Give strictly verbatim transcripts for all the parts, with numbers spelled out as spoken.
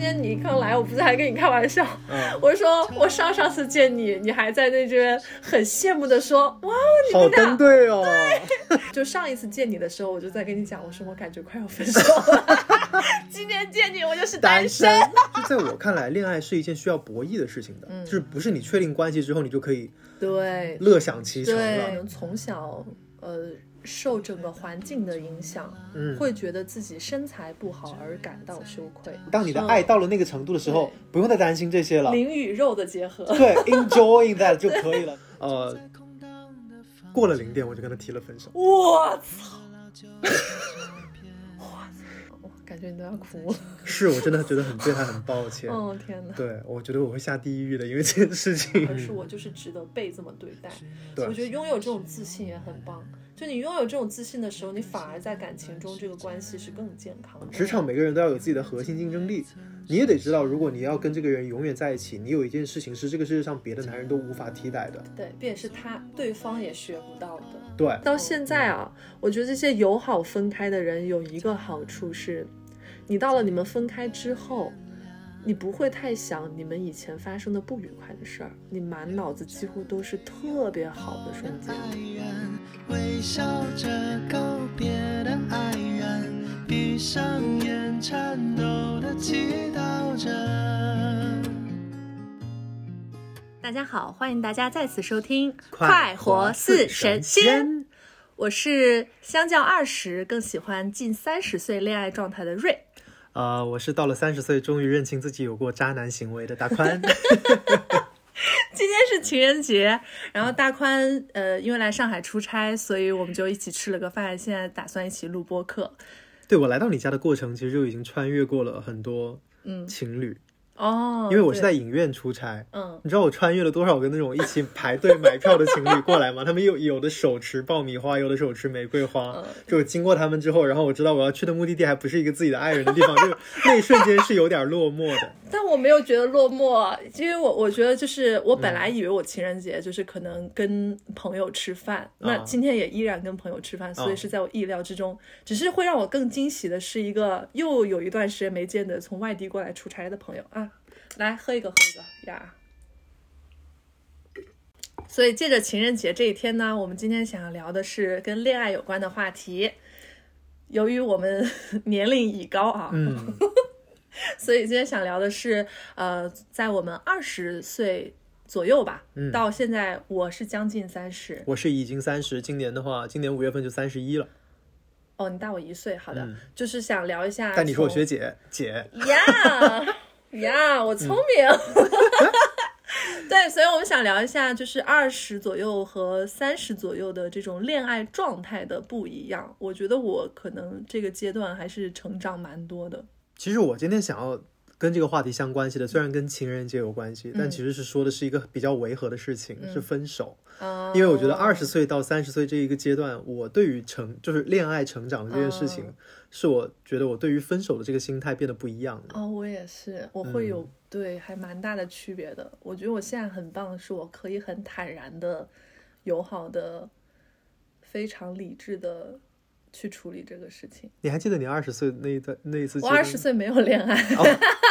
天你刚来，我不是还跟你开玩笑，嗯、我说我上上次见你，你还在那边很羡慕的说，哇，你们俩好登对哦。 对，就上一次见你的时候，我就在跟你讲，我说我感觉快要分手了。今天见你，我就是单身。 就在我看来，恋爱是一件需要博弈的事情的，嗯、就是不是你确定关系之后，你就可以对乐享其成了。 对，从小呃。受整个环境的影响、嗯、会觉得自己身材不好而感到羞愧。 当你的爱到了那个程度的时候、嗯、不用再担心这些了， 灵与肉的结合， 对，enjoying that 就可以了。呃，过了零点我就跟他提了分手。 我操！我感觉你都要哭了。 是，我真的觉得很对他很抱歉。 哦天哪！ 对，我觉得我会下地狱的，因为这件事情。 而是我就是值得被这么对待。对，我觉得拥有这种自信也很棒。就你拥有这种自信的时候，你反而在感情中这个关系是更健康的。 职场每个人都要有自己的核心竞争力，你也得知道，如果你要跟这个人永远在一起，你有一件事情是这个世界上别的男人都无法替代的。 对，并且是他对方也学不到的。 对， 到现在啊，我觉得这些友好分开的人有一个好处是，你到了你们分开之后，你不会太想你们以前发生的不愉快的事儿，你满脑子几乎都是特别好的瞬间。微笑着告别的爱人，闭上眼颤抖的祈祷着。大家好，欢迎大家再次收听快活似神仙，我是相较二十更喜欢近三十岁恋爱状态的瑞。 呃，我是到了三十岁终于认清自己有过渣男行为的大宽。 今天是情人节，然后大宽呃因为来上海出差，所以我们就一起吃了个饭，现在打算一起录播客。 对，我来到你家的过程其实就已经穿越过了很多情侣。 嗯哦， 因为我是在影院出差， 嗯， 你知道我穿越了多少个那种一起排队买票的情侣过来吗？他们有有的手持爆米花，有的手持玫瑰花，嗯、就经过他们之后，然后我知道我要去的目的地还不是一个自己的爱人的地方，就那一瞬间是有点落寞的。 但我没有觉得落寞，因为我我觉得就是我本来以为我情人节就是可能跟朋友吃饭，嗯、那今天也依然跟朋友吃饭，嗯、所以是在我意料之中。只是会让我更惊喜的是一个又有一段时间没见的从外地过来出差的朋友啊。来喝一个喝一个呀！所以借着情人节这一天呢，我们今天想要聊的是跟恋爱有关的话题。由于我们年龄已高啊，嗯，所以今天想聊的是，呃，在我们二十岁左右吧，嗯，到现在我是将近三十， 我是已经三十，今年的话，今年五月份就三十一了。 哦，你大我一岁，好的，嗯、就是想聊一下。 但你说我学姐姐呀。呀，我聪明、嗯、对，所以我们想聊一下就是二十左右和三十左右的这种恋爱状态的不一样。我觉得我可能这个阶段还是成长蛮多的。 其实我今天想要跟这个话题相关系的，虽然跟情人节有关系、嗯、但其实是说的是一个比较违和的事情、嗯、是分手、嗯、因为我觉得二十岁到三十岁这一个阶段，我对于成就是恋爱成长的这件事情、嗯、是我觉得我对于分手的这个心态变得不一样的。 哦，我也是，我会有、嗯、对还蛮大的区别的。我觉得我现在很棒，是我可以很坦然的友好的非常理智的去处理这个事情。 你还记得你二十岁那一段那一次？ 我二十岁没有恋爱、哦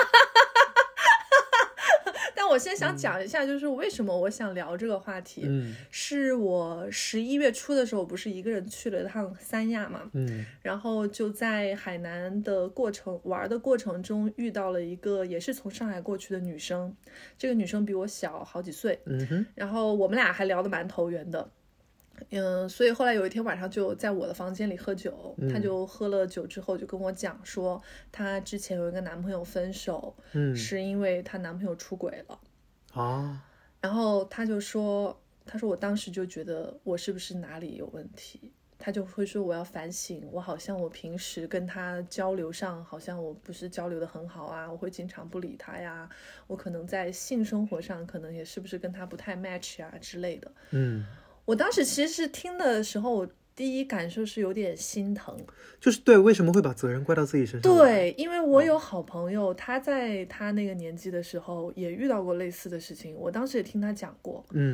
但我先想讲一下，就是为什么我想聊这个话题。嗯，是我十一月初的时候，不是一个人去了一趟三亚嘛，嗯，然后就在海南的过程玩的过程中遇到了一个也是从上海过去的女生，这个女生比我小好几岁，嗯哼，然后我们俩还聊得蛮投缘的。嗯，所以后来有一天晚上就在我的房间里喝酒，她、嗯、就喝了酒之后就跟我讲说，她之前有一个男朋友分手，嗯，是因为她男朋友出轨了啊。然后她就说，她说我当时就觉得我是不是哪里有问题，她就会说我要反省，我好像我平时跟她交流上好像我不是交流的很好啊，我会经常不理她呀，我可能在性生活上可能也是不是跟她不太 match 啊之类的。嗯，我当时其实是听的时候，我第一感受是有点心疼， 就是对为什么会把责任怪到自己身上。 对，因为我有好朋友、哦、他在他那个年纪的时候也遇到过类似的事情，我当时也听他讲过。嗯，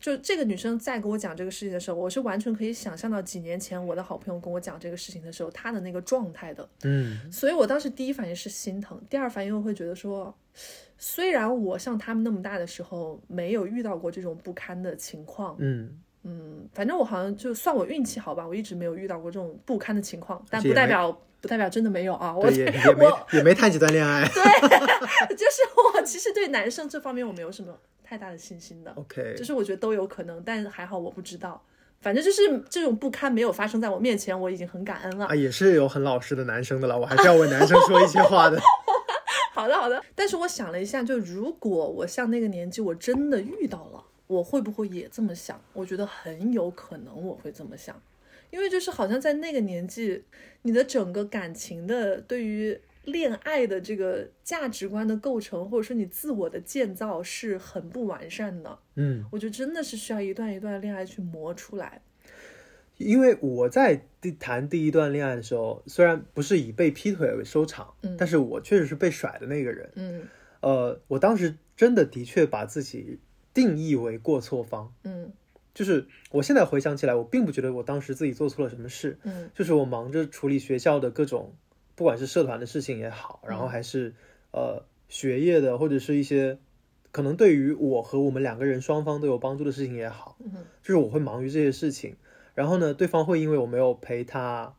就这个女生在跟我讲这个事情的时候，我是完全可以想象到几年前我的好朋友跟我讲这个事情的时候她的那个状态的。 嗯， 所以我当时第一反应是心疼，第二反应我会觉得说，虽然我像他们那么大的时候没有遇到过这种不堪的情况， 嗯嗯，反正我好像就算我运气好吧，我一直没有遇到过这种不堪的情况，但不代表不代表真的没有啊，我也也没也没谈几段恋爱。 对，就是我其实对男生这方面我没有什么太大的信心的。 OK， 就是我觉得都有可能，但还好我不知道。反正就是这种不堪没有发生在我面前，我已经很感恩了。 啊，也是有很老实的男生的了，我还是要为男生说一些话的。 好的好的，但是我想了一下，就如果我像那个年纪我真的遇到了，我会不会也这么想？我觉得很有可能我会这么想，因为就是好像在那个年纪，你的整个感情的对于恋爱的这个价值观的构成，或者说你自我的建造是很不完善的。 嗯， 我觉得真的是需要一段一段恋爱去磨出来。 因为我在谈第一段恋爱的时候，虽然不是以被劈腿为收场，嗯，但是我确实是被甩的那个人。 嗯， 呃，我当时真的的确把自己定义为过错方。 嗯， 就是我现在回想起来，我并不觉得我当时自己做错了什么事。 嗯， 就是我忙着处理学校的各种，不管是社团的事情也好，然后还是、嗯、呃学业的，或者是一些可能对于我和我们两个人双方都有帮助的事情也好， 嗯， 就是我会忙于这些事情。然后呢，对方会因为我没有陪他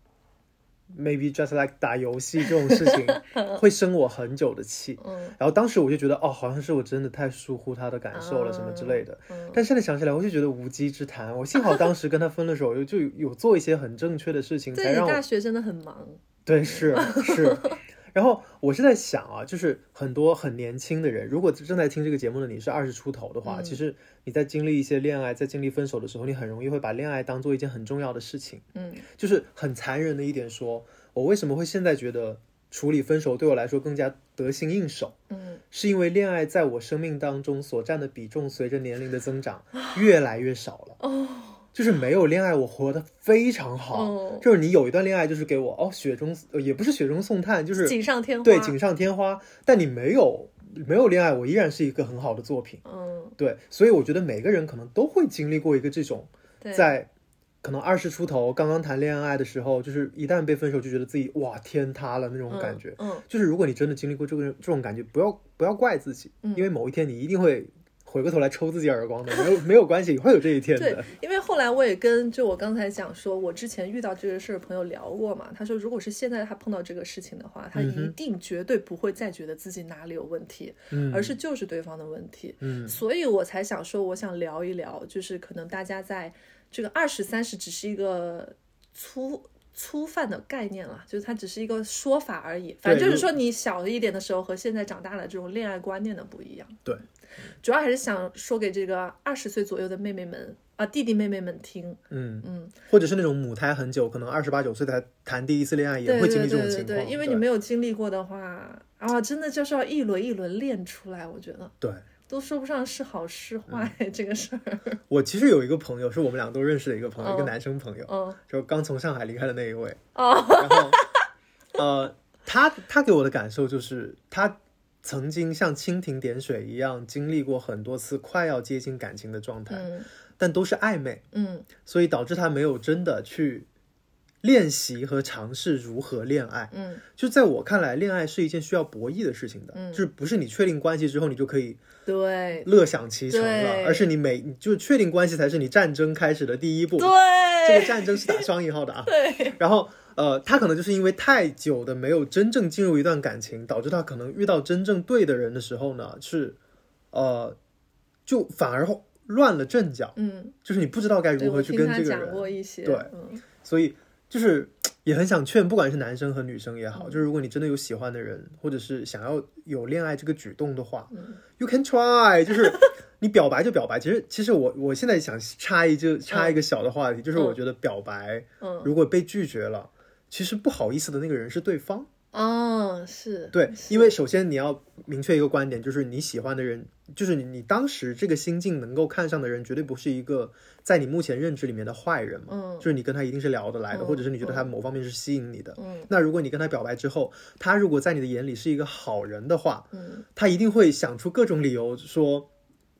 maybe just like 打游戏这种事情会生我很久的气。 嗯， 然后当时我就觉得哦，好像是我真的太疏忽他的感受了什么之类的。 嗯， 但现在想起来我就觉得无稽之谈。我幸好当时跟他分了手就有做一些很正确的事情，才让我对，你大学真的很忙。 对，是是。然后我是在想啊，就是很多很年轻的人，如果正在听这个节目的你是二十出头的话、嗯、其实你在经历一些恋爱，在经历分手的时候，你很容易会把恋爱当做一件很重要的事情。 嗯， 就是很残忍的一点说，我为什么会现在觉得处理分手对我来说更加得心应手， 嗯， 是因为恋爱在我生命当中所占的比重随着年龄的增长越来越少了。 哦， 就是没有恋爱我活得非常好、哦、就是你有一段恋爱就是给我哦雪中也不是雪中送炭，就是锦上添花， 对，锦上添花。但你没有没有恋爱我依然是一个很好的作品。 嗯， 对，所以我觉得每个人可能都会经历过一个这种在可能二十出头刚刚谈恋爱的时候，就是一旦被分手就觉得自己哇天塌了那种感觉。 嗯，嗯就是如果你真的经历过这个这种感觉，不要不要怪自己、嗯、因为某一天你一定会回过头来抽自己耳光的，没有没有关系，会有这一天的。 对，因为后来我也跟就我刚才讲说，我之前遇到这个事的朋友聊过嘛，他说如果是现在他碰到这个事情的话，他一定绝对不会再觉得自己哪里有问题，嗯、而是就是对方的问题。嗯，所以我才想说，我想聊一聊，就是可能大家在这个二十三十只是一个粗。粗泛的概念了，就是它只是一个说法而已，反正就是说你小一点的时候和现在长大了这种恋爱观念的不一样。 对， 主要还是想说给这个二十岁左右的妹妹们啊弟弟妹妹们听。 嗯嗯，或者是那种母胎很久，可能二十八九岁才谈第一次恋爱也会经历这种情况。 对对对对，因为你没有经历过的话啊，真的就是要一轮一轮练出来，我觉得。 对， 都说不上是好是坏、嗯、这个事儿。 我其实有一个朋友是我们俩都认识的一个朋友、哦、一个男生朋友、 哦、 就刚从上海离开的那一位、 哦、 然后呃，他他给我的感受就是他曾经像蜻蜓点水一样经历过很多次快要接近感情的状态、嗯、但都是暧昧， 嗯， 所以导致他没有真的去练习和尝试如何恋爱。 嗯， 就在我看来恋爱是一件需要博弈的事情的、 嗯、 就是不是你确定关系之后你就可以对乐享其成了，而是你每就确定关系才是你战争开始的第一步。 对， 这个战争是打双引号的啊。 对， 然后呃，他可能就是因为太久的没有真正进入一段感情，导致他可能遇到真正对的人的时候呢，是呃，就反而乱了阵脚。 嗯， 就是你不知道该如何去跟这个人。 对，我听他讲过一些。 对， 嗯、 所以就是也很想劝，不管是男生和女生也好、嗯、就是如果你真的有喜欢的人，或者是想要有恋爱这个举动的话、嗯、you can try， 就是你表白就表白。其实其实我我现在想插一就插一个小的话题、嗯、就是我觉得表白、嗯、如果被拒绝了、嗯、其实不好意思的那个人是对方。 哦，是对，因为首先你要明确一个观点，就是你喜欢的人，就是你你当时这个心境能够看上的人，绝对不是一个在你目前认知里面的坏人嘛。 嗯， 就是你跟他一定是聊得来的、嗯、或者是你觉得他某方面是吸引你的。 嗯， 那如果你跟他表白之后，他如果在你的眼里是一个好人的话， 嗯， 他一定会想出各种理由说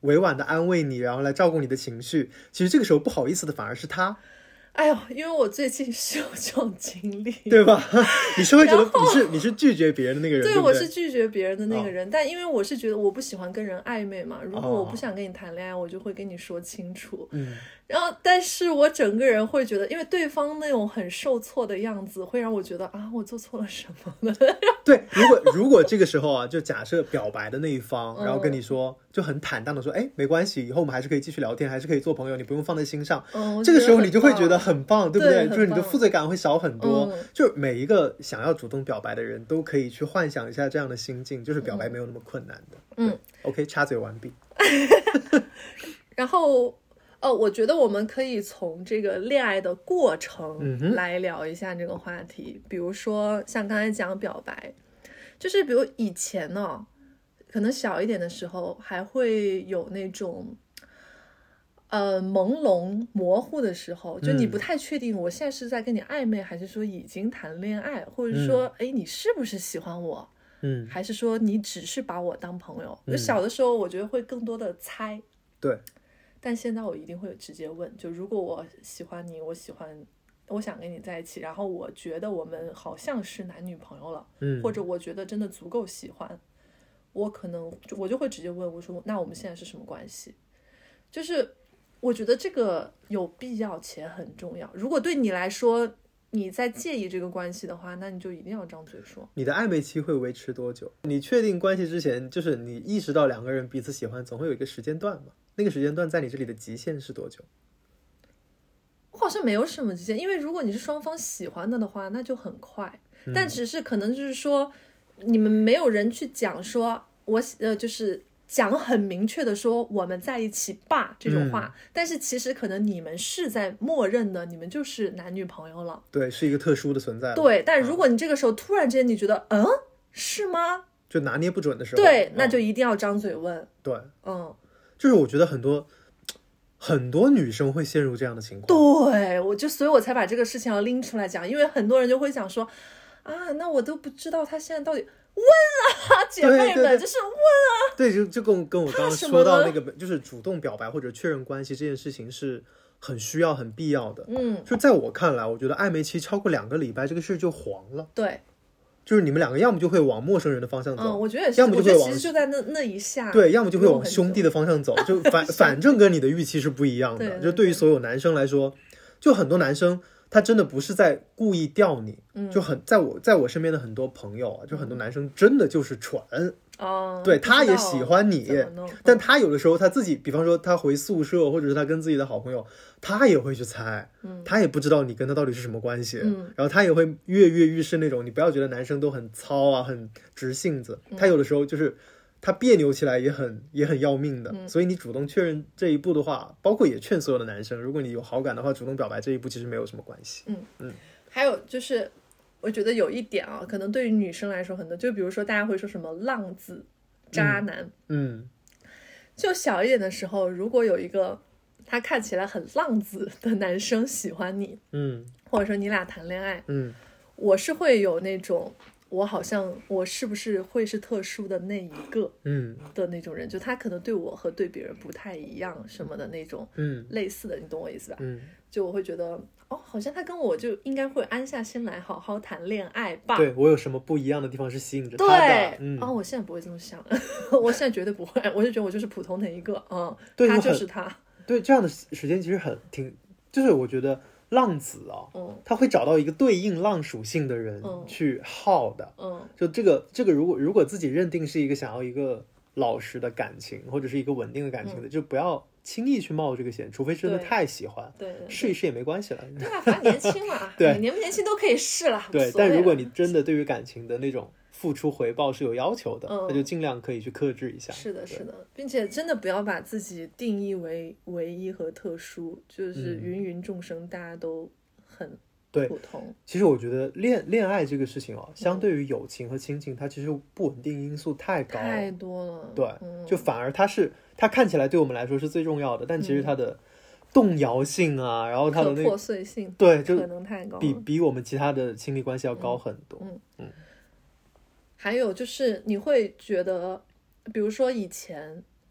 委婉的安慰你，然后来照顾你的情绪，其实这个时候不好意思的反而是他。 哎呦，因为我最近是有这种经历， 对吧？你是会觉得你是你是拒绝别人的那个人， 对, 对, 对我是拒绝别人的那个人、 哦、 但因为我是觉得我不喜欢跟人暧昧嘛，如果我不想跟你谈恋爱、哦、我就会跟你说清楚。 嗯， 然后但是我整个人会觉得，因为对方那种很受挫的样子会让我觉得啊，我做错了什么呢？ 对，如果如果这个时候啊，就假设表白的那一方然后跟你说、嗯、就很坦荡的说，哎，没关系，以后我们还是可以继续聊天，还是可以做朋友，你不用放在心上、 嗯、 这个时候你就会觉得很棒，对不对？就是你的负罪感会少很多、 嗯、 就每一个想要主动表白的人都可以去幻想一下这样的心境，就是表白没有那么困难的。 嗯 OK， 插嘴完毕。 然后呃，我觉得我们可以从这个恋爱的过程来聊一下这个话题、嗯、比如说像刚才讲表白，就是比如以前呢，可能小一点的时候还会有那种呃朦胧模糊的时候，就你不太确定我现在是在跟你暧昧、嗯、还是说已经谈恋爱，或者说哎、嗯，你是不是喜欢我， 嗯， 还是说你只是把我当朋友、嗯、小的时候我觉得会更多的猜， 对， 但现在我一定会直接问，就如果我喜欢你，我喜欢我想跟你在一起，然后我觉得我们好像是男女朋友了、嗯、或者我觉得真的足够喜欢，我可能我就会直接问我说，那我们现在是什么关系？就是我觉得这个有必要且很重要，如果对你来说你在介意这个关系的话，那你就一定要张嘴说。 你的暧昧期会维持多久？你确定关系之前，就是你意识到两个人彼此喜欢，总会有一个时间段嘛？那个时间段在你这里的极限是多久？ 我好像没有什么极限，因为如果你是双方喜欢的的话，那就很快、嗯、但只是可能就是说你们没有人去讲说我呃就是讲很明确的说我们在一起吧这种话、嗯、但是其实可能你们是在默认的你们就是男女朋友了， 对，是一个特殊的存在。 对，但如果你这个时候突然之间你觉得嗯是吗， 就拿捏不准的时候， 对，那就一定要张嘴问、嗯、 对， 嗯， 就是我觉得很多很多女生会陷入这样的情况。 对，我就所以我才把这个事情要拎出来讲，因为很多人就会讲说啊，那我都不知道他现在到底问啊，姐妹们， 对对对， 就是问啊。 对，就就跟跟我刚刚说到那个，就是主动表白或者确认关系这件事情是很需要、很必要的。 嗯， 就在我看来，我觉得暧昧期超过两个礼拜，这个事就黄了。 对。 就是你们两个要么就会往陌生人的方向走， 嗯，我觉得也是， 要么就会往， 其实就在那那一下， 对，要么就会往兄弟的方向走，就反反正跟你的预期是不一样的。 对对对， 就对于所有男生来说，就很多男生他真的不是在故意钓你， 嗯、 就很在我在我身边的很多朋友啊，就很多男生真的就是蠢。 哦， 对，他也喜欢你，但他有的时候他自己，比方说他回宿舍，或者是他跟自己的好朋友，他也会去猜， 嗯， 他也不知道你跟他到底是什么关系， 嗯， 然后他也会跃跃欲试那种。你不要觉得男生都很糙啊，很直性子，他有的时候就是他别扭起来也很也很要命的。 嗯， 所以你主动确认这一步的话，包括也劝所有的男生，如果你有好感的话，主动表白这一步其实没有什么关系。 嗯嗯， 还有就是。我觉得有一点啊，可能对于女生来说很多，就比如说大家会说什么浪子渣男， 嗯，嗯就小一点的时候，如果有一个他看起来很浪子的男生喜欢你， 嗯， 或者说你俩谈恋爱， 嗯， 我是会有那种我好像我是不是会是特殊的那一个， 嗯的那种人，就他可能对我和对别人不太一样什么的那种， 嗯， 类似的，你懂我意思吧？ 嗯， 就我会觉得哦，好像他跟我就应该会安下心来好好谈恋爱吧。 对，我有什么不一样的地方是吸引着他的。 对， 嗯， 哦，我现在不会这么想，我现在绝对不会，我就觉得我就是普通的一个，嗯， 对， 他就是他。 对，这样的时间其实很挺，就是我觉得浪子啊， 嗯， 他会找到一个对应浪属性的人去耗的， 嗯， 就这个这个如果如果自己认定是一个想要一个老实的感情或者是一个稳定的感情的，嗯，就不要轻易去冒这个险，除非真的太喜欢， 对，对对对， 试一试也没关系了。 对啊，反正年轻嘛，对，你年不年轻都可以试了。 对，但如果你真的对于感情的那种付出回报是有要求的， 嗯， 那就尽量可以去克制一下。 是的，是的，并且真的不要把自己定义为唯一和特殊，就是芸芸众生，大家都很普通。 对，其实我觉得恋恋爱这个事情哦，相对于友情和亲情，它其实不稳定因素太高了， 太多了。 对， 嗯，就反而它是它看起来对我们来说是最重要的，但其实它的动摇性啊，嗯，然后它的那个破碎性， 对，就可能太高， 比比我们其他的亲密关系要高很多。 嗯嗯。 还有就是你会觉得，比如说以前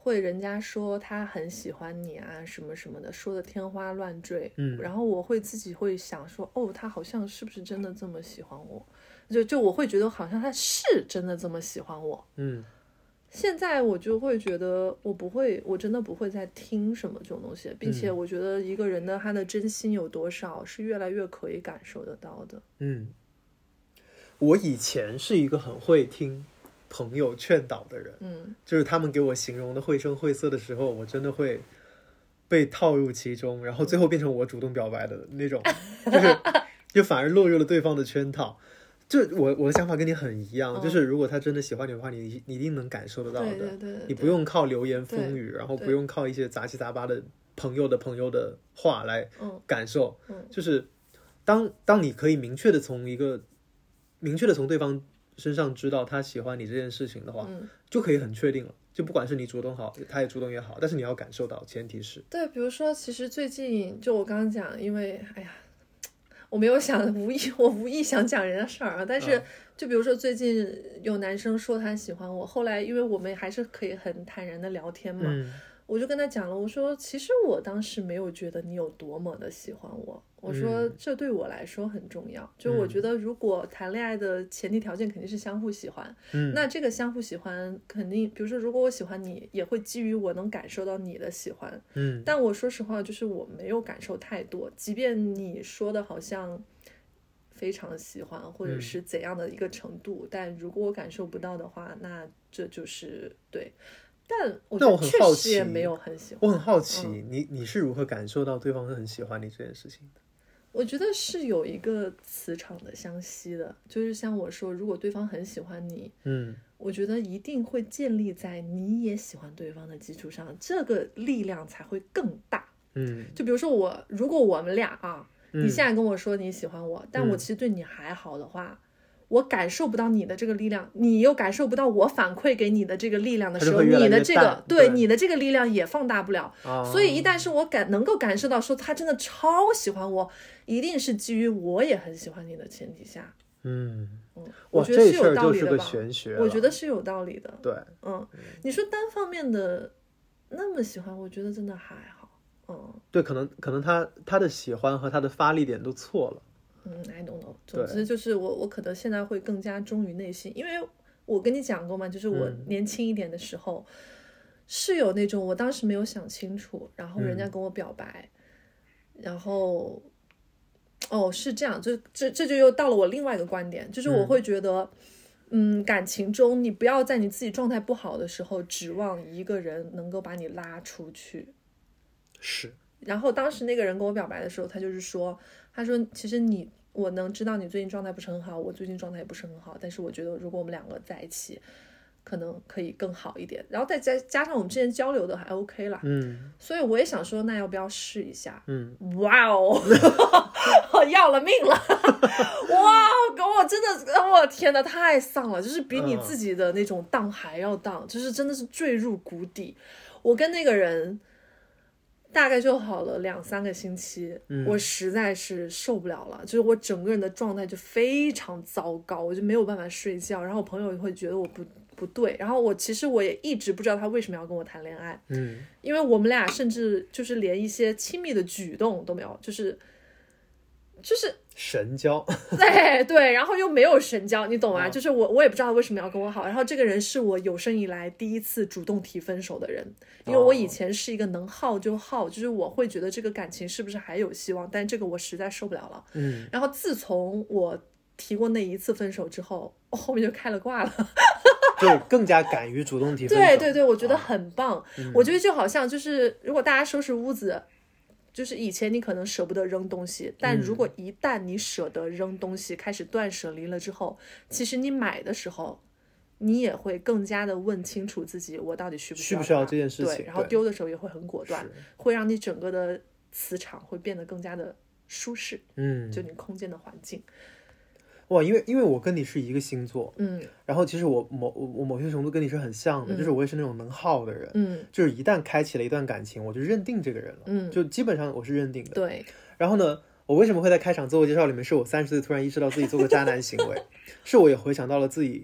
会人家说他很喜欢你啊什么什么的，说的天花乱坠， 嗯， 然后我会自己会想说，哦，他好像是不是真的这么喜欢我？就就我会觉得好像他是真的这么喜欢我， 嗯。 现在我就会觉得我不会，我真的不会再听什么这种东西，并且我觉得一个人的他的真心有多少是越来越可以感受得到的。 嗯，我以前是一个很会听朋友劝导的人， 嗯， 就是他们给我形容的绘声绘色的时候，我真的会被套入其中，然后最后变成我主动表白的那种，就是就反而落入了对方的圈套。就我我的想法跟你很一样，嗯、就是如果他真的喜欢你的话，你你一定能感受得到的。 对对对对， 你不用靠流言风语，然后不用靠一些杂七杂八的朋友的朋友的话来感受。 嗯嗯、 就是当当你可以明确的从一个明确的从对方身上知道他喜欢你这件事情的话， 嗯、 就可以很确定了。就不管是你主动好，他也主动也好，但是你要感受到，前提是对。比如说，其实最近就我刚刚讲，因为哎呀。我没有想无意，我无意想讲人家事儿啊，但是就比如说最近有男生说他喜欢我，后来因为我们还是可以很坦然的聊天嘛， 嗯、 我就跟他讲了，我说其实我当时没有觉得你有多么的喜欢我，我说这对我来说很重要，嗯、就我觉得如果谈恋爱的前提条件肯定是相互喜欢， 嗯、 那这个相互喜欢肯定，比如说如果我喜欢你，也会基于我能感受到你的喜欢， 嗯， 但我说实话就是我没有感受太多，即便你说的好像非常喜欢或者是怎样的一个程度，嗯、但如果我感受不到的话，那这就是对。但我觉得确实也没有很喜欢。 我很好奇，嗯、你你是如何感受到对方很喜欢你这件事情的？ 我觉得是有一个磁场的相吸的，就是像我说，如果对方很喜欢你， 嗯， 我觉得一定会建立在你也喜欢对方的基础上，这个力量才会更大。 嗯， 就比如说我，如果我们俩啊。你现在跟我说你喜欢我， 嗯、 但我其实对你还好的话，嗯、我感受不到你的这个力量，你又感受不到我反馈给你的这个力量的时候， 越越你的这个对你的这个力量也放大不了。 哦、 所以一旦是我感能够感受到说他真的超喜欢我，一定是基于我也很喜欢你的前提下。 嗯嗯，我觉得是有道理的吧？ 这玄学， 我觉得是有道理的。 对， 嗯，你说单方面的那么喜欢，我觉得真的还好。嗯， 对，可能可能他他的喜欢和他的发力点都错了。 嗯 ，I don't know。总之就是我我可能现在会更加忠于内心，因为我跟你讲过嘛，就是我年轻一点的时候、嗯、是有那种我当时没有想清楚，然后人家跟我表白，嗯、然后哦是这样，这这这就又到了我另外一个观点，就是我会觉得。嗯, 嗯，感情中你不要在你自己状态不好的时候指望一个人能够把你拉出去。 是， 然后当时那个人跟我表白的时候，他就是说，他说其实你我能知道你最近状态不是很好，我最近状态也不是很好，但是我觉得如果我们两个在一起可能可以更好一点，然后再加加上我们之前交流的还 OK 啦， 嗯， 所以我也想说那要不要试一下， 嗯， 哇哦要了命了哇我真的我天哪太丧了，就是比你自己的那种荡还要荡，就是真的是坠入谷底。我跟那个人大概就好了两三个星期、嗯、我实在是受不了了，就是我整个人的状态就非常糟糕，我就没有办法睡觉，然后我朋友会觉得我不不对，然后我其实我也一直不知道他为什么要跟我谈恋爱， 嗯， 因为我们俩甚至就是连一些亲密的举动都没有，就是就是神交对对，然后又没有神交，你懂吗、哦、就是我我也不知道他为什么要跟我好，然后这个人是我有生以来第一次主动提分手的人，因为我以前是一个能耗就耗、哦、就是我会觉得这个感情是不是还有希望，但这个我实在受不了了， 嗯， 然后自从我提过那一次分手之后，我后面就开了挂了就更加敢于主动提分手对对对，我觉得很棒、哦嗯、我觉得就好像就是如果大家收拾屋子，就是以前你可能舍不得扔东西，但如果一旦你舍得扔东西、嗯、开始断舍离了之后，其实你买的时候你也会更加的问清楚自己我到底需不需要需不需要这件事情， 对，然后丢的时候也会很果断，会让你整个的磁场会变得更加的舒适， 嗯， 就你空间的环境。 哇，因为因为我跟你是一个星座， 嗯， 然后其实我某我某些程度跟你是很像的、嗯、就是我也是那种能耗的人， 嗯， 就是一旦开启了一段感情，我就认定这个人了， 嗯， 就基本上我是认定的， 对。 然后呢，我为什么会在开场自我介绍里面是我三十岁突然意识到自己做过渣男行为，是我也回想到了自己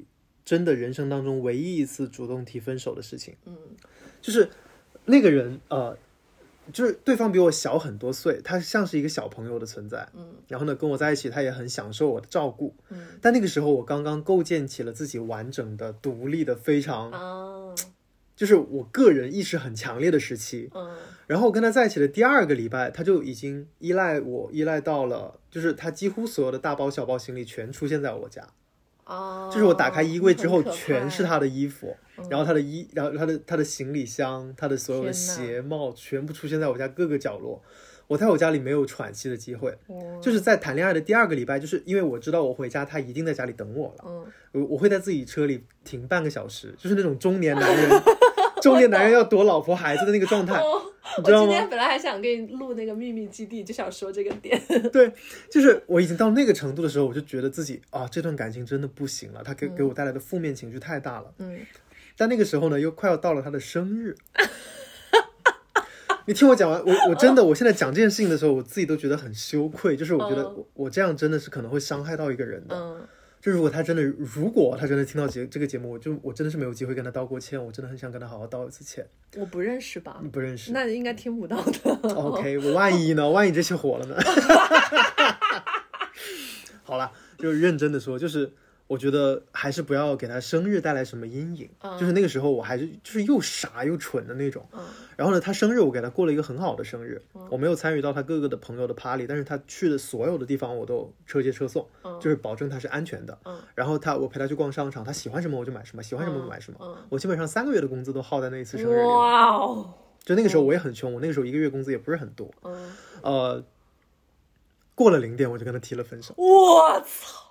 真的人生当中唯一一次主动提分手的事情。 嗯， 就是那个人呃，就是对方比我小很多岁，他像是一个小朋友的存在。 嗯， 然后呢，跟我在一起，他也很享受我的照顾。 嗯， 但那个时候我刚刚构建起了自己完整的、独立的、非常。 哦， 就是我个人意识很强烈的时期。 嗯， 然后我跟他在一起的第二个礼拜，他就已经依赖我，依赖到了，就是他几乎所有的大包小包行李全出现在我家。 哦， 就是我打开衣柜之后，全是他的衣服， 嗯、 然后他的衣，然后他的他的行李箱，他的所有的鞋帽，全部出现在我家各个角落。我在我家里没有喘息的机会， 嗯、 就是在谈恋爱的第二个礼拜，就是因为我知道我回家，他一定在家里等我了。 嗯， 我我会在自己车里停半个小时，就是那种中年男人。中年男人要躲老婆孩子的那个状态、哦、你知道吗？ 我今天本来还想给你录那个秘密基地，就想说这个点。 对，就是我已经到那个程度的时候，我就觉得自己啊，这段感情真的不行了，他给、嗯、给我带来的负面情绪太大了。 嗯， 但那个时候呢，又快要到了他的生日。你听我讲完，我我真的，我现在讲这件事情的时候，我自己都觉得很羞愧，就是我觉得我, 我这样真的是可能会伤害到一个人的。 嗯， 就如果他真的，如果他真的听到节这个节目，我就我真的是没有机会跟他道过歉，我真的很想跟他好好道一次歉。 我不认识吧？ 你不认识， 那应该听不到的。 OK， 我万一呢？万一这期火了呢？好啦，就是认真的说，就是我觉得还是不要给他生日带来什么阴影。 嗯、 就是那个时候我还是就是又傻又蠢的那种。 嗯、 然后呢，他生日我给他过了一个很好的生日， 嗯、 我没有参与到他各个的朋友的 party， 但是他去的所有的地方我都车接车送， 嗯、 就是保证他是安全的。 嗯、 然后他我陪他去逛商场，他喜欢什么我就买什么，喜欢什么我买什么。 嗯、 我基本上三个月的工资都耗在那一次生日里。 哇哦！ 就那个时候我也很穷，我那个时候一个月工资也不是很多。 嗯， 呃，过了零点我就跟他提了分手。 我操！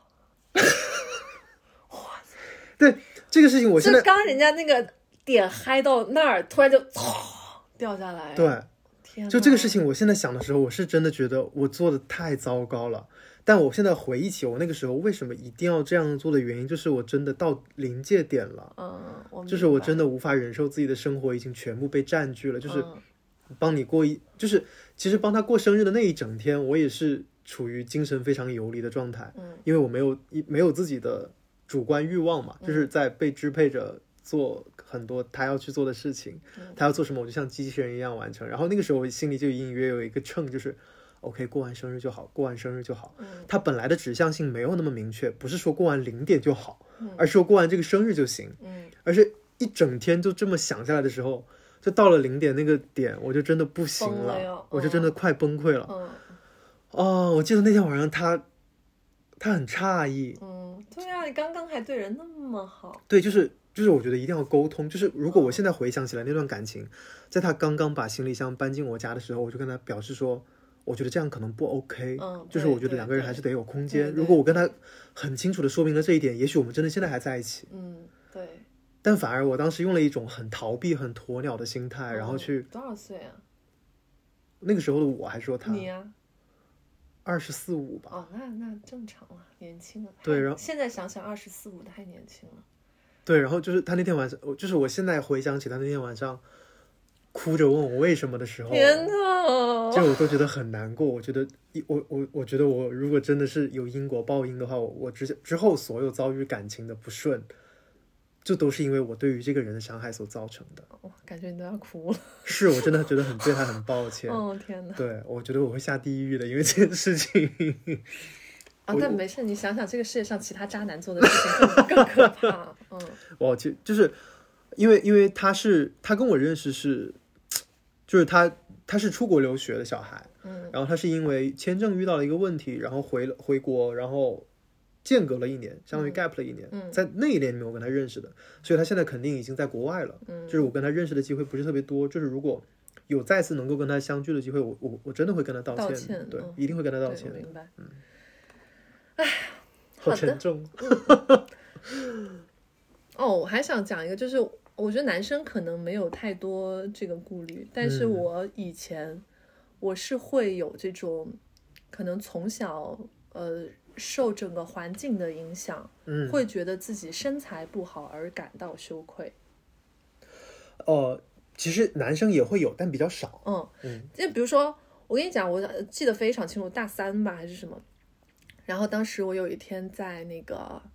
对这个事情，我现在刚人家那个点嗨到那儿，突然就掉下来。 对， 天， 就这个事情，我现在想的时候，我是真的觉得我做的太糟糕了。但我现在回忆起我那个时候为什么一定要这样做的原因，就是我真的到临界点了。 嗯，我就是我真的无法忍受自己的生活已经全部被占据了。就是帮你过一，就是其实帮他过生日的那一整天，我也是处于精神非常游离的状态。 嗯， 因为我没有没有自己的主观欲望嘛，就是在被支配着做很多他要去做的事情。 嗯、 他要做什么我就像机器人一样完成。然后那个时候我心里就隐约有一个秤，就是 OK 过完生日就好，过完生日就好。 嗯、 他本来的指向性没有那么明确，不是说过完零点就好， 嗯、 而是说过完这个生日就行。 嗯、而是一整天就这么想下来的时候，就到了零点那个点，我就真的不行了， 了我就真的快崩溃了。 嗯、 哦，我记得那天晚上他他很诧异。 嗯，对啊，你刚刚还对人那么好。 对，就是就是我觉得一定要沟通。就是如果我现在回想起来那段感情，在他刚刚把行李箱搬进我家的时候，我就跟他表示说，我觉得这样可能不 OK。 嗯， 就是我觉得两个人还是得有空间。如果我跟他很清楚的说明了这一点，也许我们真的现在还在一起。 嗯，对。 但反而我当时用了一种很逃避、很鸵鸟的心态，然后去。 多少岁啊？ 那个时候的我还说他。 你啊？ 二十四五吧。 哦，那那正常了，年轻了。 对，然后现在想想，二十四五太年轻了。 对，然后就是他那天晚上，就是我现在回想起他那天晚上哭着问我为什么的时候， 天哪， 就我都觉得很难过。我觉得我我我觉得我如果真的是有因果报应的话，我我之之后所有遭遇感情的不顺，就都是因为我对于这个人的伤害所造成的。 我感觉你都要哭了。 是我真的觉得很对他很抱歉。 哦天哪！ 对，我觉得我会下地狱的，因为这件事情。 啊，但没事，你想想这个世界上其他渣男做的事情更更可怕。嗯， 我就就是因为因为他是他跟我认识是，就是他他是出国留学的小孩， 嗯， 然后他是因为签证遇到了一个问题，然后回了回国，然后间隔了一年，相当于 gap 了一年， 嗯， 在那一年里面我跟他认识的，所以他现在肯定已经在国外了， 嗯， 就是我跟他认识的机会不是特别多，就是如果有再次能够跟他相聚的机会，我我我真的会跟他道歉， 道歉对， 嗯， 一定会跟他道歉， 明白， 嗯。 哎， 好沉重。 嗯、哦，我还想讲一个，就是我觉得男生可能没有太多这个顾虑，但是我以前、嗯、我是会有这种，可能从小呃受整个环境的影响， 嗯， 会觉得自己身材不好而感到羞愧。 呃，其实男生也会有，但比较少。 嗯嗯， 就比如说，我跟你讲，我记得非常清楚，大三吧还是什么。然后当时我有一天在那个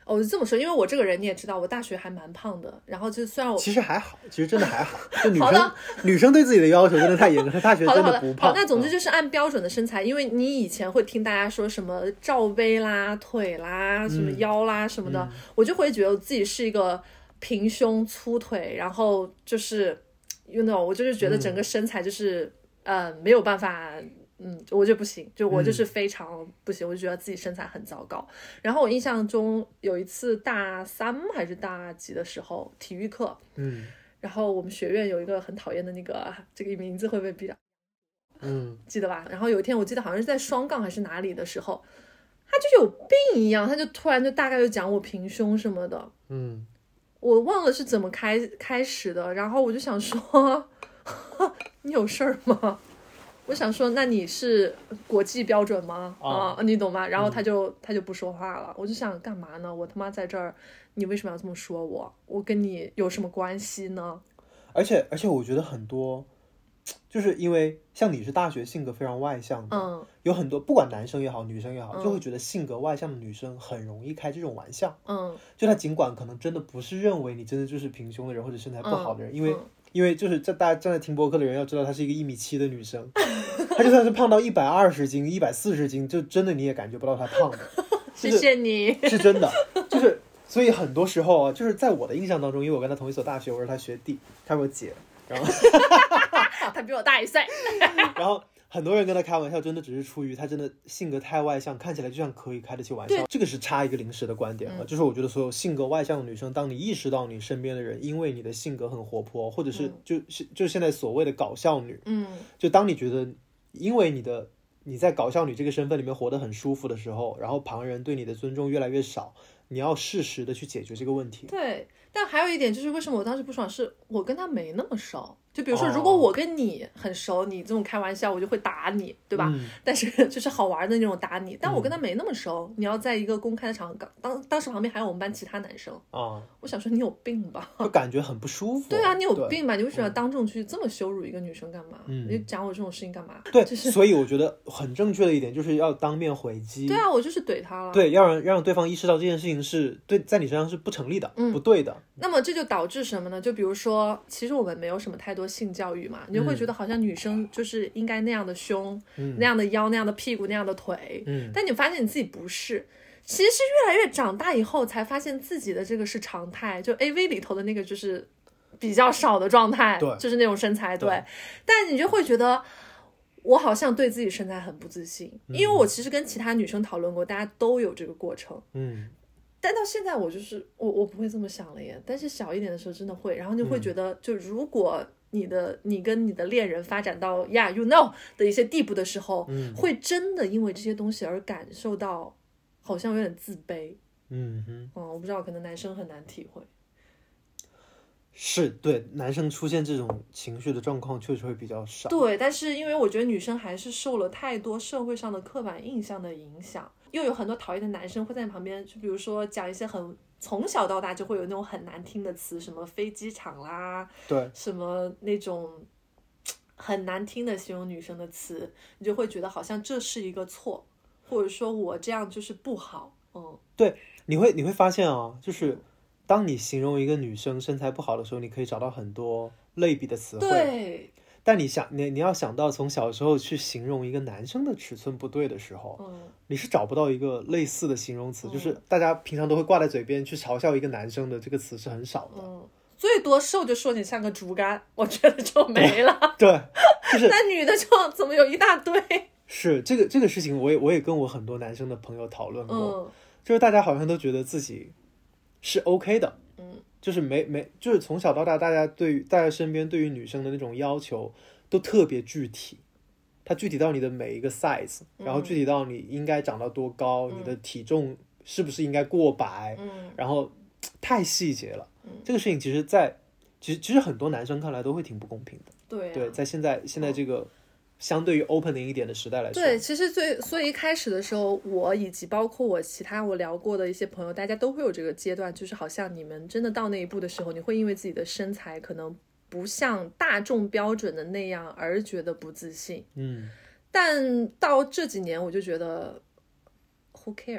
哦，就这么说，因为我这个人你也知道，我大学还蛮胖的，然后就虽然我其实还好，其实真的还好。就女生女生对自己的要求真的太严格，大学真的不胖。 好，那总之就是按标准的身材，嗯、因为你以前会听大家说什么罩杯啦、腿啦、什么腰啦什么的，嗯、我就会觉得自己是一个平胸粗腿，然后就是，you know，我就是觉得整个身材就是，嗯、呃，没有办法。嗯，我就不行，就我就是非常不行，嗯、我就觉得自己身材很糟糕。然后我印象中有一次大三还是大几的时候，体育课， 嗯， 然后我们学院有一个很讨厌的那个，这个名字会不会比较， 嗯， 记得吧？然后有一天我记得好像是在双杠还是哪里的时候，他就有病一样，他就突然就大概就讲我平胸什么的， 嗯， 我忘了是怎么开开始的，然后我就想说，你有事儿吗？我想说，那你是国际标准吗？啊， uh, 你懂吗？然后他就、嗯、他就不说话了。我就想干嘛呢？我他妈在这儿，你为什么要这么说我？我跟你有什么关系呢？ 而且而且，我觉得很多，就是因为像你是大学性格非常外向的， 嗯， 有很多不管男生也好，女生也好，嗯、就会觉得性格外向的女生很容易开这种玩笑。 嗯， 就他尽管可能真的不是认为你真的就是平胸的人或者身材不好的人， 嗯、 因为。 嗯因为就是这大家正在听播客的人要知道，她是一个一米七的女生，她就算是胖到一百二十斤、一百四十斤，就真的你也感觉不到她胖的。 谢谢你， 是真的，就是所以很多时候啊，就是在我的印象当中，因为我跟她同一所大学，我是她学弟，她是我姐，然后她比我大一岁， 然后。很多人跟他开玩笑，真的只是出于他真的性格太外向，看起来就像可以开得起玩笑。这个是插一个临时的观点了，嗯、就是我觉得所有性格外向的女生，当你意识到你身边的人因为你的性格很活泼，或者是就、嗯、就现在所谓的搞笑女， 嗯， 就当你觉得因为你的你在搞笑女这个身份里面活得很舒服的时候，然后旁人对你的尊重越来越少，你要适时的去解决这个问题。 对，但还有一点就是为什么我当时不爽，是我跟他没那么熟。就比如说，如果我跟你很熟，哦、你这种开玩笑，我就会打你，对吧？ 嗯、 但是就是好玩的那种打你。但我跟他没那么熟，嗯、你要在一个公开的场合，当当时旁边还有我们班其他男生啊， 我想说你有病吧？ 就感觉很不舒服。 对啊，你有病吧？你为什么要当众去这么羞辱一个女生干嘛？ 嗯、 你讲我这种事情干嘛？ 对， 就是所以我觉得很正确的一点就是要当面回击。 对啊，我就是怼他了。 对，要让让对方意识到这件事情是对在你身上是不成立的， 嗯、 不对的。 那么这就导致什么呢？就比如说，其实我们没有什么太多性教育嘛，你就会觉得好像女生就是应该那样的胸、 嗯、 那样的腰、那样的屁股、那样的腿。 嗯， 但你发现你自己不是，其实是越来越长大以后才发现自己的这个是常态。就 A V 里头的那个就是比较少的状态， 对， 就是那种身材，对。 对但你就会觉得。我好像对自己身材很不自信，因为我其实跟其他女生讨论过，大家都有这个过程。 嗯。 但到现在我就是我我不会这么想了耶，但是小一点的时候真的会，然后就会觉得，就如果你的你跟你的恋人发展到 yeah you know 的一些地步的时候， 嗯， 会真的因为这些东西而感受到好像有点自卑。 嗯哼， 嗯，我不知道，可能男生很难体会。 是，对，男生出现这种情绪的状况确实会比较少。 对，但是因为我觉得女生还是受了太多社会上的刻板印象的影响，又有很多讨厌的男生会在你旁边，就比如说讲一些很从小到大就会有那种很难听的词，什么飞机场啦， 对， 什么那种很难听的形容女生的词，你就会觉得好像这是一个错，或者说我这样就是不好。嗯， 对，你会你会发现啊，就是当你形容一个女生身材不好的时候，你可以找到很多类比的词汇。 对。 但你想你你要想到从小时候去形容一个男生的尺寸不对的时候， 嗯， 你是找不到一个类似的形容词， 嗯、 就是大家平常都会挂在嘴边去嘲笑一个男生的这个词是很少的。 嗯，最多瘦就说你像个竹竿，我觉得就没了。 对，就是那女的就怎么有一大堆？ 是这个这个事情，我也我也跟我很多男生的朋友讨论过， 嗯， 就是大家好像都觉得自己是 OK 的， 嗯， 就是没没就是从小到大，大家对于大家身边对于女生的那种要求都特别具体，它具体到你的每一个 size， 然后具体到你应该长到多高，嗯、你的体重是不是应该过百， 嗯， 然后太细节了， 嗯， 这个事情其实在其实其实很多男生看来都会挺不公平的， 对、啊、 对，在现在现在这个。相对于 opening 一点的时代来说， 对，其实最所以一开始的时候，我以及包括我其他我聊过的一些朋友，大家都会有这个阶段，就是好像你们真的到那一步的时候，你会因为自己的身材可能不像大众标准的那样而觉得不自信。 嗯， 但到这几年我就觉得 who cares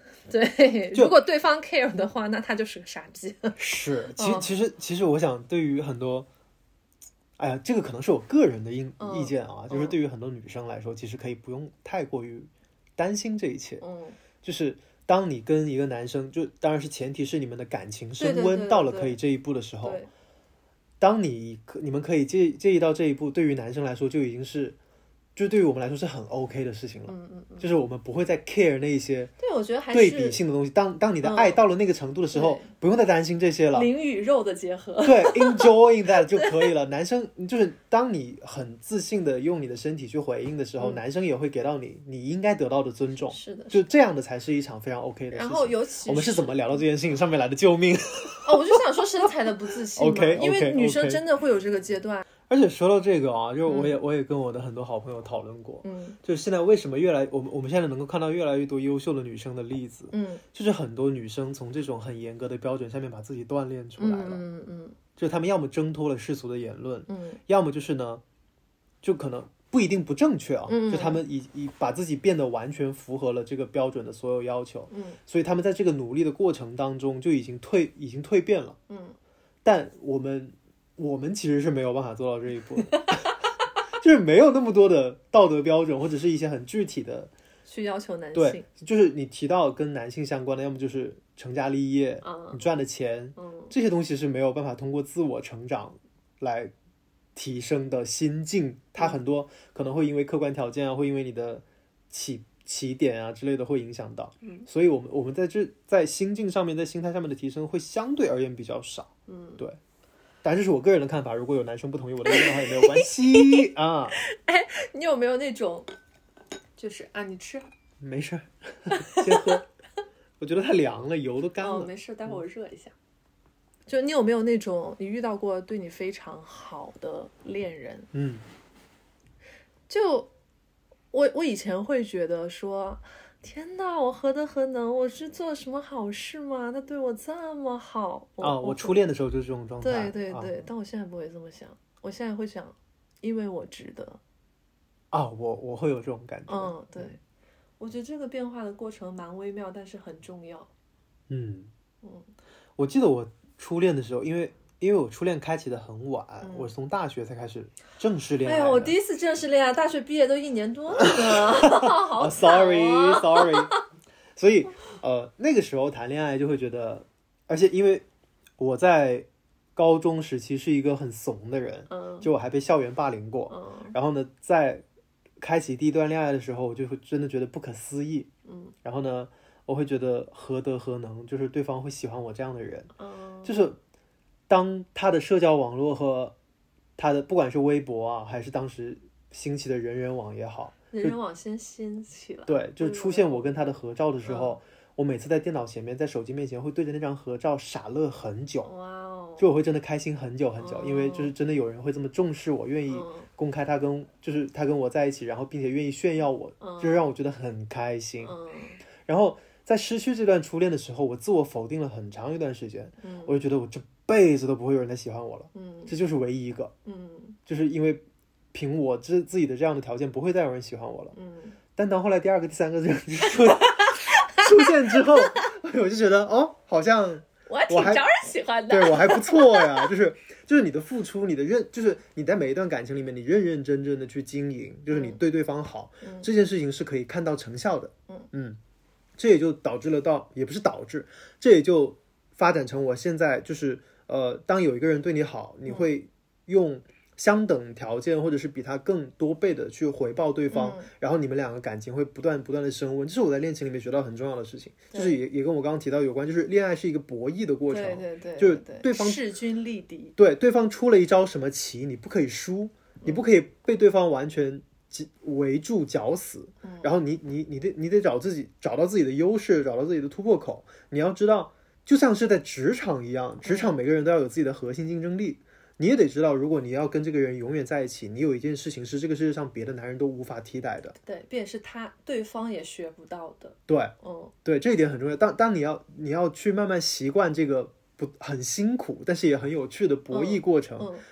对，如果对方 care 的话，那他就是个傻逼。 是，其实其实其实我想，对于很多，哎呀，这个可能是我个人的意意见啊， 嗯、 就是对于很多女生来说，其实可以不用太过于担心这一切。 嗯， 就是当你跟一个男生，就当然是前提是你们的感情升温到了可以这一步的时候， 对对对对， 当你你们可以介介意到这一步，对于男生来说就已经是。就对于我们来说是很 OK 的事情了， 嗯嗯嗯， 就是我们不会再 care 那一些对，我觉得还是对比性的东西。当当你的爱到了那个程度的时候，嗯、不用再担心这些了。 灵与肉的结合， 对 ，enjoying that 就可以了。男生就是当你很自信的用你的身体去回应的时候，嗯、男生也会给到你你应该得到的尊重。 是的， 就这样的才是一场非常 OK 的事情。 然后尤其我们是怎么聊到这件事情上面来的？救命！ 哦，我就想说身材的不自信嘛 ，OK， 因为女生真的会有这个阶段。 而且说到这个啊，就我也、嗯、我也跟我的很多好朋友讨论过， 嗯， 就是现在为什么越来我们我们现在能够看到越来越多优秀的女生的例子， 嗯， 就是很多女生从这种很严格的标准下面把自己锻炼出来了， 嗯嗯， 就是她们要么挣脱了世俗的言论， 嗯， 要么就是呢，就可能不一定不正确啊， 嗯， 就她们以以把自己变得完全符合了这个标准的所有要求， 嗯， 所以她们在这个努力的过程当中就已经蜕已经蜕变了， 嗯， 但我们。我们其实是没有办法做到这一步的就是没有那么多的道德标准或者是一些很具体的去要求男性。 对，就是你提到跟男性相关的，要么就是成家立业、 嗯、 你赚的钱、 嗯、 这些东西是没有办法通过自我成长来提升的心境，它很多可能会因为客观条件啊，会因为你的起起点啊之类的会影响到， 嗯， 所以我们我们在这在心境上面在心态上面的提升会相对而言比较少， 嗯， 对。当然这是我个人的看法，如果有男生不同意我的意见的话也没有关系啊。 哎，你有没有那种就是啊你吃没事先喝我觉得太凉了，油都干了。 哦，没事，待会儿我热一下、嗯、就你有没有那种你遇到过对你非常好的恋人？ 嗯， 就我我以前会觉得说天哪，我何德何能？我是做了什么好事吗？他对我这么好啊！我, 我初恋的时候就是这种状态。 对对对、啊，但我现在不会这么想。我现在会想，因为我值得。 啊，我我会有这种感觉。 嗯，对，我觉得这个变化的过程蛮微妙，但是很重要。 嗯嗯， 我记得我初恋的时候，因为因为我初恋开启的很晚、嗯，我从大学才开始正式恋爱。 哎呀，我第一次正式恋爱，大学毕业都一年多了呢，好惨、啊 oh, sorry sorry 所以呃那个时候谈恋爱就会觉得，而且因为我在高中时期是一个很怂的人， 嗯， 就我还被校园霸凌过， 嗯， 然后呢在开启第一段恋爱的时候，我就会真的觉得不可思议， 嗯， 然后呢我会觉得何德何能，就是对方会喜欢我这样的人， 嗯， 就是当他的社交网络和他的不管是微博啊，还是当时兴起的人人网也好， 人人网先兴起了， 对，就出现我跟他的合照的时候、 嗯、 我每次在电脑前面在手机面前会对着那张合照傻乐很久， 哇哦， 就我会真的开心很久很久、哦、因为就是真的有人会这么重视我，愿意公开他跟、嗯、就是他跟我在一起，然后并且愿意炫耀我、嗯、就是让我觉得很开心、 嗯、 然后在失去这段初恋的时候，我自我否定了很长一段时间、 嗯、 我就觉得我这辈子都不会有人再喜欢我了， 嗯，这就是唯一一个， 嗯， 就是因为凭我自自己的这样的条件，不会再有人喜欢我了， 嗯， 但当后来第二个、第三个这样出出现之后，我就觉得哦，好像我还挺招人喜欢的， 对我还不错呀，就是就是你的付出，你的认，就是你在每一段感情里面，你认认真真的去经营，就是你对对方好， 嗯、 这件事情是可以看到成效的， 嗯嗯，这也就导致了到，也不是导致，这也就发展成我现在就是呃，当有一个人对你好，你会用相等条件或者是比他更多倍的去回报对方、嗯、然后你们两个感情会不断不断的升温，这是我在恋情里面学到很重要的事情，就是也也跟我刚刚提到有关，就是恋爱是一个博弈的过程， 对对 对, 对， 就是对方势均力敌， 对，对方出了一招什么棋，你不可以输，你不可以被对方完全围住绞死、嗯、然后你你你得你得找自己找到自己的优势，找到自己的突破口，你要知道就像是在职场一样，职场每个人都要有自己的核心竞争力、嗯，你也得知道，如果你要跟这个人永远在一起，你有一件事情是这个世界上别的男人都无法替代的， 对，并且是他对方也学不到的， 对， 嗯， 对，这一点很重要。当当你要你要去慢慢习惯这个不很辛苦，但是也很有趣的博弈过程， 嗯嗯、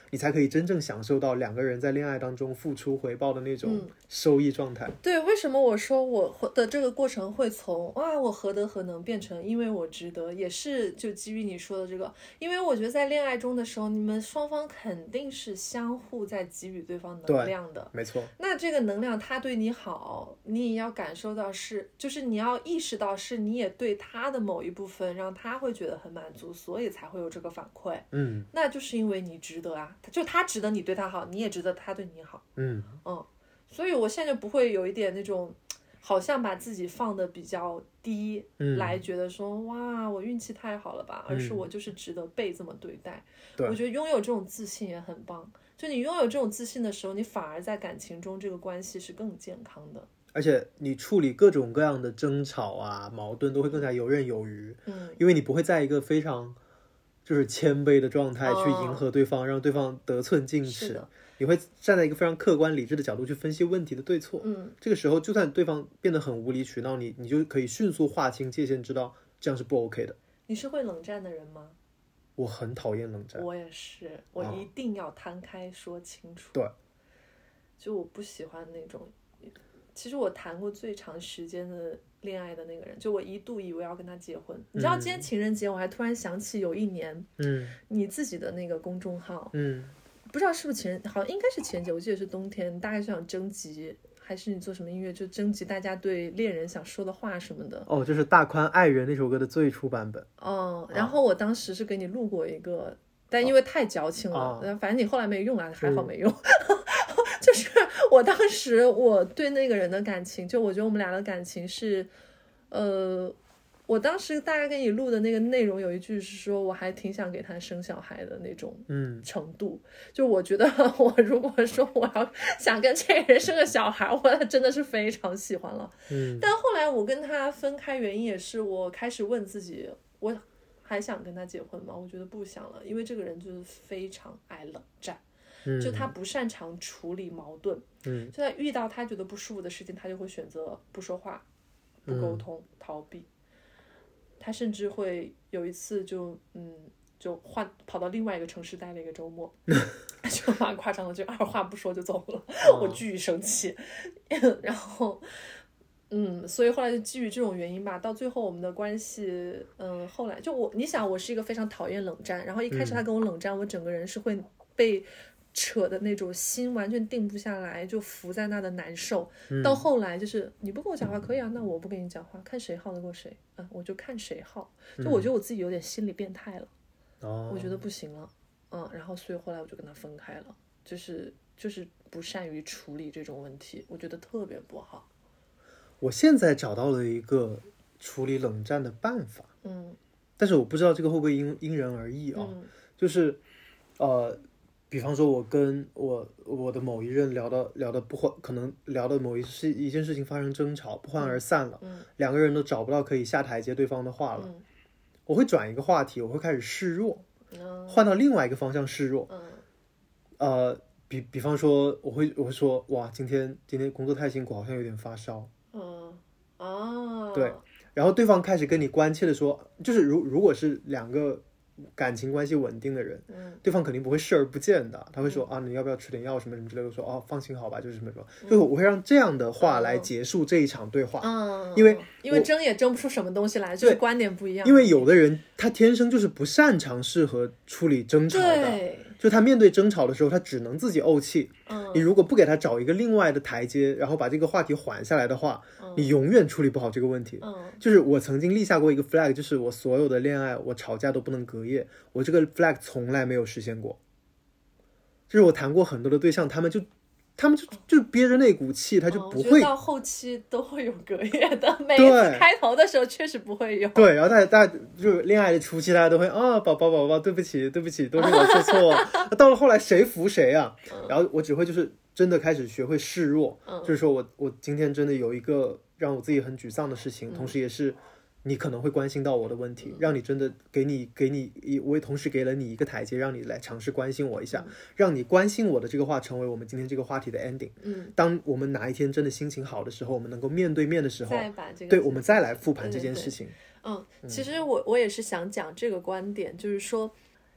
你才可以真正享受到两个人在恋爱当中付出回报的那种收益状态、嗯、 对，为什么我说我的这个过程会从哇我何德何能变成因为我值得，也是就基于你说的这个，因为我觉得在恋爱中的时候你们双方肯定是相互在给予对方能量的， 没错， 那这个能量他对你好，你也要感受到是就是你要意识到是你也对他的某一部分让他会觉得很满足，所以才会有这个反馈， 嗯， 那就是因为你值得啊，就他值得你对他好，你也值得他对你好， 嗯嗯，所以我现在就不会有一点那种好像把自己放的比较低、嗯、来觉得说哇我运气太好了吧，而是我就是值得被这么对待、嗯、我觉得拥有这种自信也很棒，就你拥有这种自信的时候，你反而在感情中这个关系是更健康的， 而且你处理各种各样的争吵啊矛盾都会更加游刃有余，嗯，因为你不会在一个非常就是谦卑的状态去迎合对方、哦、让对方得寸进尺，你会站在一个非常客观理智的角度去分析问题的对错，嗯，这个时候就算对方变得很无理取闹，你你就可以迅速划清界限，知道这样是不 OK 的。你是会冷战的人吗？ 我很讨厌冷战。 我也是，我一定要摊开说清楚、 啊、对， 就我不喜欢那种，其实我谈过最长时间的恋爱的那个人，就我一度以为要跟他结婚、嗯、你知道今天情人节我还突然想起有一年嗯，你自己的那个公众号嗯，不知道是不是情人，好像应该是情人节，我记得是冬天，大概是想征集还是你做什么音乐就征集大家对恋人想说的话什么的。 哦，就是大宽爱人那首歌的最初版本。 哦，然后我当时是给你录过一个、哦、但因为太矫情了、哦、反正你后来没用啊，还好没用、嗯、就是我当时我对那个人的感情，就我觉得我们俩的感情是呃我当时大概给你录的那个内容有一句是说我还挺想给他生小孩的那种程度、嗯、就我觉得我如果说我要想跟这个人生个小孩，我真的是非常喜欢了、嗯、但后来我跟他分开原因也是我开始问自己，我还想跟他结婚吗？我觉得不想了，因为这个人就是非常爱冷战、嗯、就他不擅长处理矛盾、嗯、就他遇到他觉得不舒服的事情他就会选择不说话不沟通、嗯、逃避，他甚至会有一次就嗯就换跑到另外一个城市待了一个周末就蛮夸张的，就二话不说就走了、哦、我巨生气然后嗯所以后来就基于这种原因吧，到最后我们的关系嗯后来就我你想我是一个非常讨厌冷战，然后一开始他跟我冷战、嗯、我整个人是会被扯的那种心完全定不下来，就浮在那的难受、嗯、到后来就是你不跟我讲话可以啊，那我不跟你讲话，看谁耗得过谁、嗯、我就看谁耗，就我觉得我自己有点心理变态了、嗯、我觉得不行了嗯，然后所以后来我就跟他分开了，就是就是不善于处理这种问题，我觉得特别不好。 我现在找到了一个处理冷战的办法， 嗯， 但是我不知道这个会不会因因人而异啊、哦嗯、就是呃比方说我跟我我的某一任聊到聊的不欢，可能聊的某一事一件事情发生争吵，不欢而散了、嗯嗯、两个人都找不到可以下台阶对方的话了、嗯、我会转一个话题，我会开始示弱、嗯、换到另外一个方向示弱、嗯、呃比比方说我会我会说哇今天今天工作太辛苦，好像有点发烧， 嗯哦对，然后对方开始跟你关切的说，就是如如果是两个感情关系稳定的人、嗯、对方肯定不会视而不见的，他会说、嗯、啊你要不要吃点药什么什么之类的，说哦放心好吧，就是什么什么、嗯、就我会让这样的话来结束这一场对话， 嗯， 因为因为争也争不出什么东西来，就是观点不一样， 因为有的人他天生就是不擅长适合处理争吵的， 对， 就他面对争吵的时候他只能自己怄气、嗯、你如果不给他找一个另外的台阶，然后把这个话题缓下来的话、嗯、你永远处理不好这个问题、嗯、就是我曾经立下过一个 flag， 就是我所有的恋爱我吵架都不能隔夜，我这个 flag 从来没有实现过，就是我谈过很多的对象，他们就他们就就憋着那股气，他就不会、 哦、到后期都会有隔夜的，每一次开头的时候确实不会有， 对，然后大家大家就恋爱的初期大家都会啊宝宝宝宝对不起对不起都是我做错到了后来谁服谁啊、嗯、然后我只会就是真的开始学会示弱、嗯、就是说我我今天真的有一个让我自己很沮丧的事情、嗯、同时也是你可能会关心到我的问题、嗯、让你真的给你给你我也同时给了你一个台阶，让你来尝试关心我一下、嗯、让你关心我的这个话成为我们今天这个话题的 ending、嗯、当我们哪一天真的心情好的时候，我们能够面对面的时候， 再把这个对我们再来复盘这件事情。 对对对嗯，其实我我也是想讲这个观点，就是说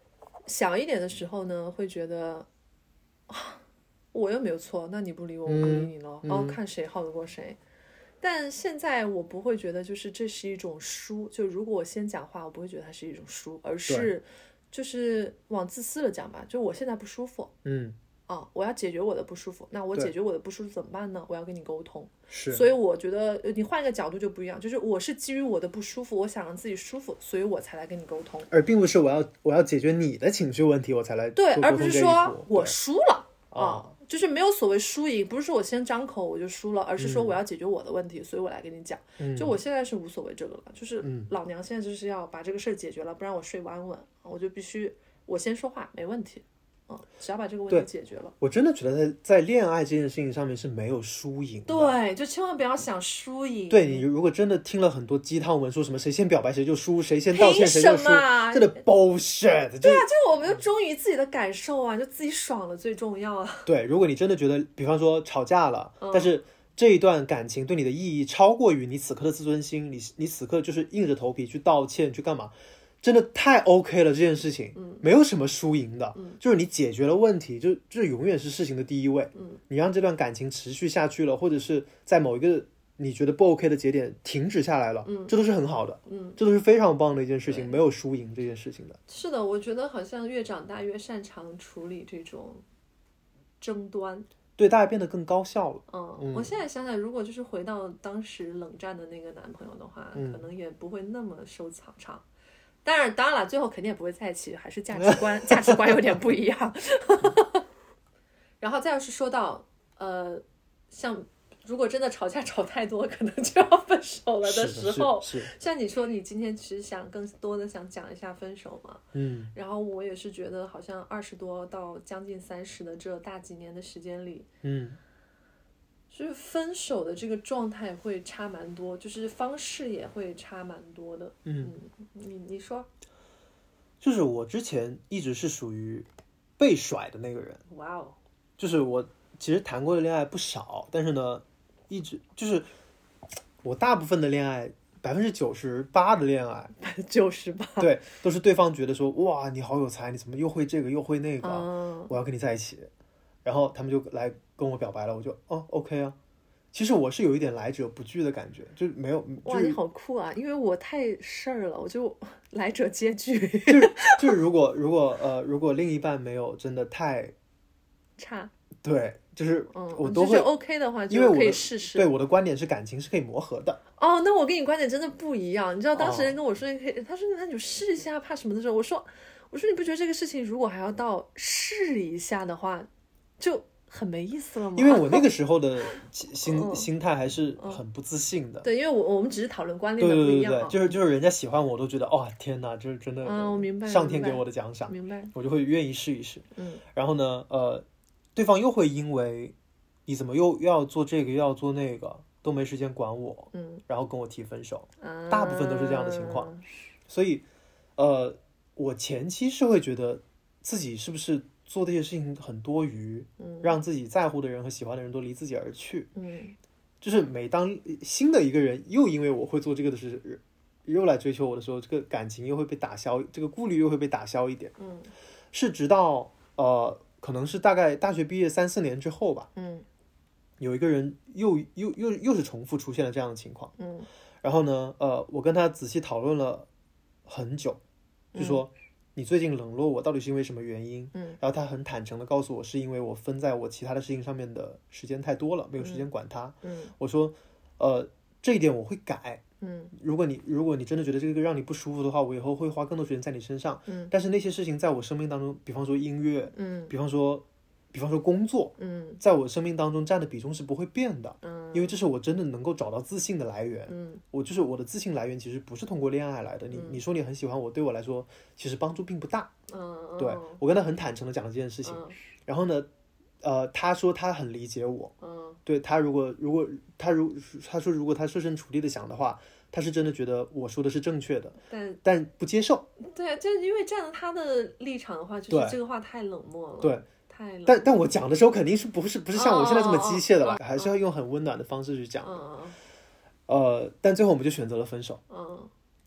小一点的时候呢，会觉得啊，我又没有错，那你不理我，我不理你了，嗯、哦，看谁耗得过谁。但现在我不会觉得就是这是一种输，就如果我先讲话，我不会觉得它是一种输，而是就是往自私的讲吧，就我现在不舒服， 嗯， 啊，我要解决我的不舒服，那我解决我的不舒服怎么办呢？我要跟你沟通。 是， 所以我觉得你换一个角度就不一样，就是我是基于我的不舒服，我想让自己舒服，所以我才来跟你沟通， 而并不是我要我要解决你的情绪问题我才来对，而不是说我输了啊。哦，就是没有所谓输赢，不是说我先张口我就输了，而是说我要解决我的问题，嗯、所以我来跟你讲。嗯、就我现在是无所谓这个了，就是老娘现在就是要把这个事儿解决了，不然我睡不安稳，我就必须我先说话，没问题。嗯，只要把这个问题解决了。 我真的觉得在在恋爱这件事情上面是没有输赢的。 对，就千万不要想输赢。 对，你如果真的听了很多鸡汤文，说什么谁先表白谁就输，谁先道歉谁就输，真的 bullshit。 对啊，就我们就忠于自己的感受啊，就自己爽了最重要啊。 对，如果你真的觉得，比方说吵架了，嗯、但是这一段感情对你的意义超过于你此刻的自尊心，你你此刻就是硬着头皮去道歉去干嘛？真的太 OK 了，这件事情、嗯、没有什么输赢的、嗯、就是你解决了问题，就这永远是事情的第一位、嗯、你让这段感情持续下去了，或者是在某一个你觉得不 OK 的节点停止下来了、嗯、这都是很好的、嗯、这都是非常棒的一件事情，没有输赢这件事情的。 是的，我觉得好像越长大越擅长处理这种争端， 对，大家变得更高效了。 嗯, 嗯我现在想想，如果就是回到当时冷战的那个男朋友的话、嗯、可能也不会那么收藏长。当然当然了，最后肯定也不会在一起，还是价值观价值观有点不一样。然后再要是说到呃像如果真的吵架吵太多可能就要分手了的时候， 是是是像你说你今天其实想更多的想讲一下分手嘛，嗯，然后我也是觉得好像二十多到将近三十的这大几年的时间里，嗯，就是分手的这个状态会差蛮多，就是方式也会差蛮多的。嗯，嗯你你说， 就是我之前一直是属于被甩的那个人。 哇哦， 就是我其实谈过的恋爱不少，但是呢，一直就是我大部分的恋爱，百分之九十八的恋爱， 九十八， 对，都是对方觉得说哇你好有才，你怎么又会这个又会那个，嗯、我要跟你在一起，然后他们就来跟我表白了，我就哦 OK 啊。其实我是有一点来者不拒的感觉，就没有。 哇，你好酷啊！因为我太事儿了，我就来者皆拒。 就是就是，如果如果呃，如果另一半没有真的太差， 对，就是我都会、 嗯、OK 的话，就可以试试。 对，我的观点是感情是可以磨合的。 哦，那我跟你观点真的不一样。你知道当时人跟我说，你可以，他说那你就试一下，怕什么的时候，我说我说你不觉得这个事情如果还要到试一下的话，就很没意思了吗？ 因为我那个时候的心、嗯、心态还是很不自信的。 对，因为我我们只是讨论观念的不一样。 对对对对，就是就是人家喜欢我都觉得哦天哪，这是真的， 嗯，我明白， 上天给我的奖赏， 明白， 我就会愿意试一试。嗯，然后呢，呃，对方又会因为你怎么又又要做这个又要做那个，都没时间管我，嗯，然后跟我提分手，嗯、大部分都是这样的情况。所以，呃，我前期是会觉得自己是不是做这些事情很多余、嗯、让自己在乎的人和喜欢的人都离自己而去、嗯、就是每当新的一个人又因为我会做这个的事又来追求我的时候，这个感情又会被打消，这个顾虑又会被打消一点、嗯、是直到呃可能是大概大学毕业三四年之后吧、嗯、有一个人又又又又是重复出现了这样的情况、嗯、然后呢呃我跟他仔细讨论了很久，就说、嗯你最近冷落我到底是因为什么原因？嗯，然后他很坦诚的告诉我，是因为我分在我其他的事情上面的时间太多了，没有时间管他。嗯，我说，呃，这一点我会改。嗯，如果你如果你真的觉得这个让你不舒服的话，我以后会花更多时间在你身上。嗯，但是那些事情在我生命当中，比方说音乐，嗯，比方说，比方说工作，嗯，在我生命当中占的比重是不会变的。嗯，因为这是我真的能够找到自信的来源。嗯，我就是我的自信来源，其实不是通过恋爱来的。你、嗯、你说你很喜欢我，对我来说其实帮助并不大。嗯，对，我跟他很坦诚的讲了这件事情。嗯，然后呢，呃，他说他很理解我。嗯，对，他如果如果他如他说如果他设身处地的想的话，他是真的觉得我说的是正确的，但但不接受。 对，就是因为站在他的立场的话，就是这个话太冷漠了。 对。但但我讲的时候肯定是不是不是像我现在这么机械的了， oh, oh, oh, oh. 还是要用很温暖的方式去讲。嗯、uh, 呃，但最后我们就选择了分手。嗯、uh,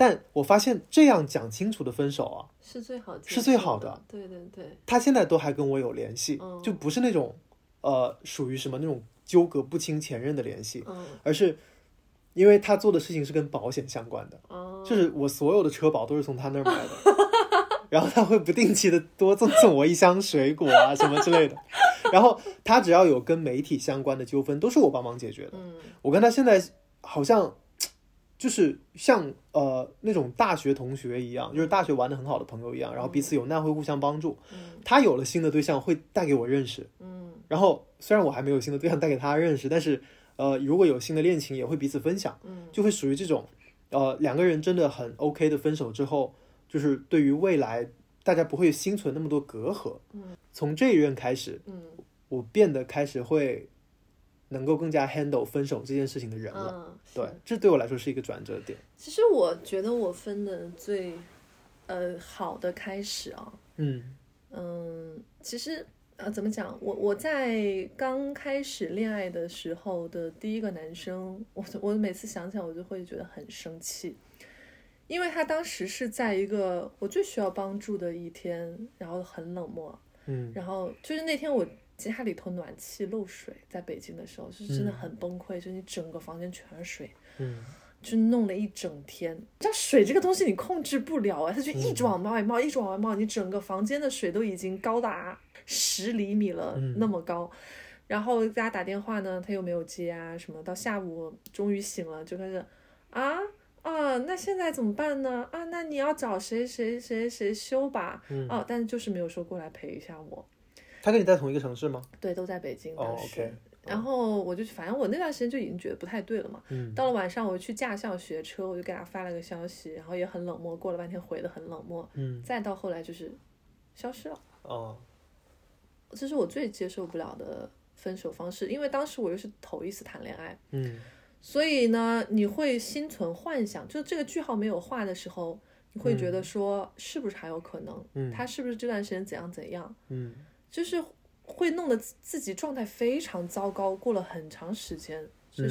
但我发现这样讲清楚的分手啊， 是最好的， 是最好的。 对对对， 他现在都还跟我有联系，嗯、就不是那种呃属于什么那种纠葛不清前任的联系，嗯、而是因为他做的事情是跟保险相关的，哦、就是我所有的车保都是从他那儿买的。然后他会不定期的多赠送我一箱水果啊什么之类的，然后他只要有跟媒体相关的纠纷都是我帮忙解决的。嗯，我跟他现在好像就是像呃那种大学同学一样，就是大学玩的很好的朋友一样，然后彼此有难会互相帮助。嗯，他有了新的对象会带给我认识，嗯，然后虽然我还没有新的对象带给他认识，但是呃如果有新的恋情也会彼此分享，嗯，就会属于这种呃两个人真的很 OK 的分手之后。就是对于未来大家不会心存那么多隔阂，嗯，从这一任开始，嗯，我变得开始会能够更加 handle 分手这件事情的人了，嗯，对，这对我来说是一个转折点。 其实我觉得我分的最呃好的开始啊，嗯嗯，其实呃怎么讲，我我在刚开始恋爱的时候的第一个男生，我我每次想起来我就会觉得很生气。因为他当时是在一个我最需要帮助的一天，然后很冷漠，嗯，然后就是那天我家里头暖气漏水，在北京的时候是真的很崩溃，嗯、就你整个房间全是水，嗯，就弄了一整天。你知道水这个东西你控制不了啊，它就一直往外冒，嗯、一直往外冒，你整个房间的水都已经高达十厘米了，嗯、那么高。然后给他打电话呢，他又没有接啊什么。到下午终于醒了，就开始啊。啊，那现在怎么办呢？啊，那你要找谁谁谁谁修吧。嗯，哦，但是就是没有说过来陪一下我。 他跟你在同一个城市吗？ 对，都在北京。 哦 ，OK。 然后我就反正我那段时间就已经觉得不太对了嘛。嗯。到了晚上我去驾校学车，我就给他发了个消息，然后也很冷漠，过了半天回的很冷漠。嗯。再到后来就是消失了。哦。这是我最接受不了的分手方式，因为当时我又是头一次谈恋爱。嗯。所以呢，你会心存幻想，就这个句号没有画的时候，你会觉得说，是不是还有可能？嗯，他是不是这段时间怎样怎样？嗯，就是会弄得自己状态非常糟糕，过了很长时间，就是，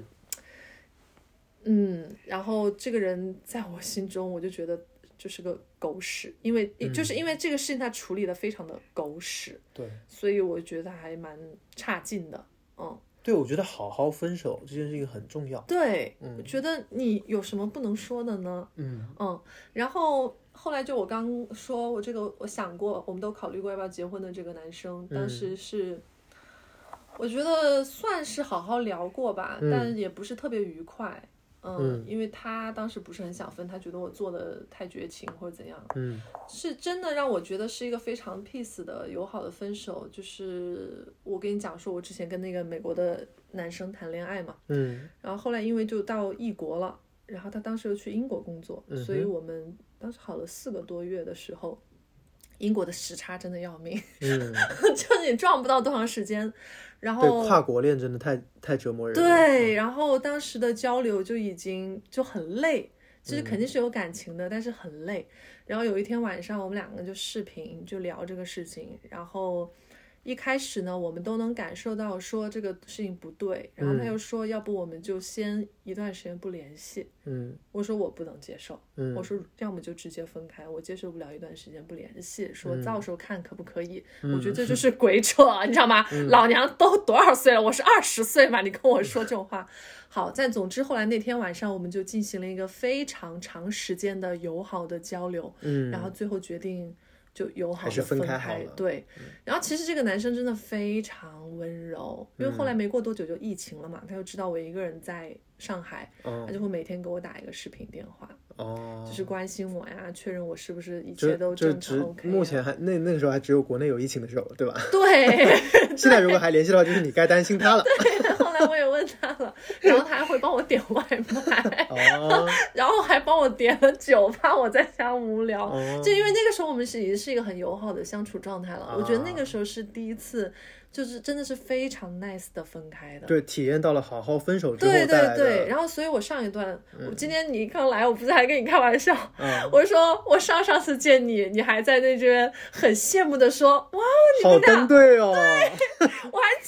嗯, 嗯，然后这个人在我心中，我就觉得就是个狗屎，因为、嗯、就是因为这个事情他处理的非常的狗屎，对，所以我觉得还蛮差劲的，嗯。 对，我觉得好好分手这件事情很重要。 对，嗯、我觉得你有什么不能说的呢？嗯嗯，然后后来就我刚说，我这个我想过，我们都考虑过要不要结婚的这个男生，当时是、嗯、我觉得算是好好聊过吧，嗯、但也不是特别愉快。嗯, 嗯，因为他当时不是很想分，他觉得我做的太绝情或者怎样，嗯，是真的让我觉得是一个非常 peace 的友好的分手。就是我跟你讲说，我之前跟那个美国的男生谈恋爱嘛，嗯，然后后来因为就到异国了，然后他当时又去英国工作，嗯、所以我们当时好了四个多月的时候，英国的时差真的要命，嗯，就你撞不到多长时间。然后对，跨国恋真的太太折磨人了。 对，然后当时的交流就已经就很累，其实肯定是有感情的，嗯、但是很累。然后有一天晚上，我们两个就视频就聊这个事情，然后一开始呢，我们都能感受到说这个事情不对，然后他又说，要不我们就先一段时间不联系。嗯，我说我不能接受，嗯，我说要么就直接分开，我接受不了一段时间不联系，说到时候看可不可以。嗯、我觉得这就是鬼扯，你知道吗？嗯、老娘都多少岁了？我是二十岁嘛，你跟我说这种话。好，但总之后来那天晚上，我们就进行了一个非常长时间的友好的交流，嗯，然后最后决定。就友好的分开， 还是分开好了。 对、嗯，然后其实这个男生真的非常温柔，因为后来没过多久就疫情了嘛，嗯、他又知道我一个人在上海，哦、他就会每天给我打一个视频电话，哦，就是关心我呀，确认我是不是一切都正常 OK、啊。 目前还那那个时候还只有国内有疫情的时候，对吧？ 对。 现在如果还联系的话，就是你该担心他了。 对，后来我也问他了，然后他还会帮我点外卖，哦，然后还帮我点了酒，怕我在家无聊。哦、就因为那个时候我们是已经是一个很友好的相处状态了，哦、我觉得那个时候是第一次。就是真的是非常 nice 的分开的， 对，体验到了好好分手之后对对对，然后所以我上一段，嗯、我今天你刚来，我不是还跟你开玩笑，嗯、我说我上上次见你，你还在那边很羡慕的说，哇，你们俩好登对哦， 对，我还记得当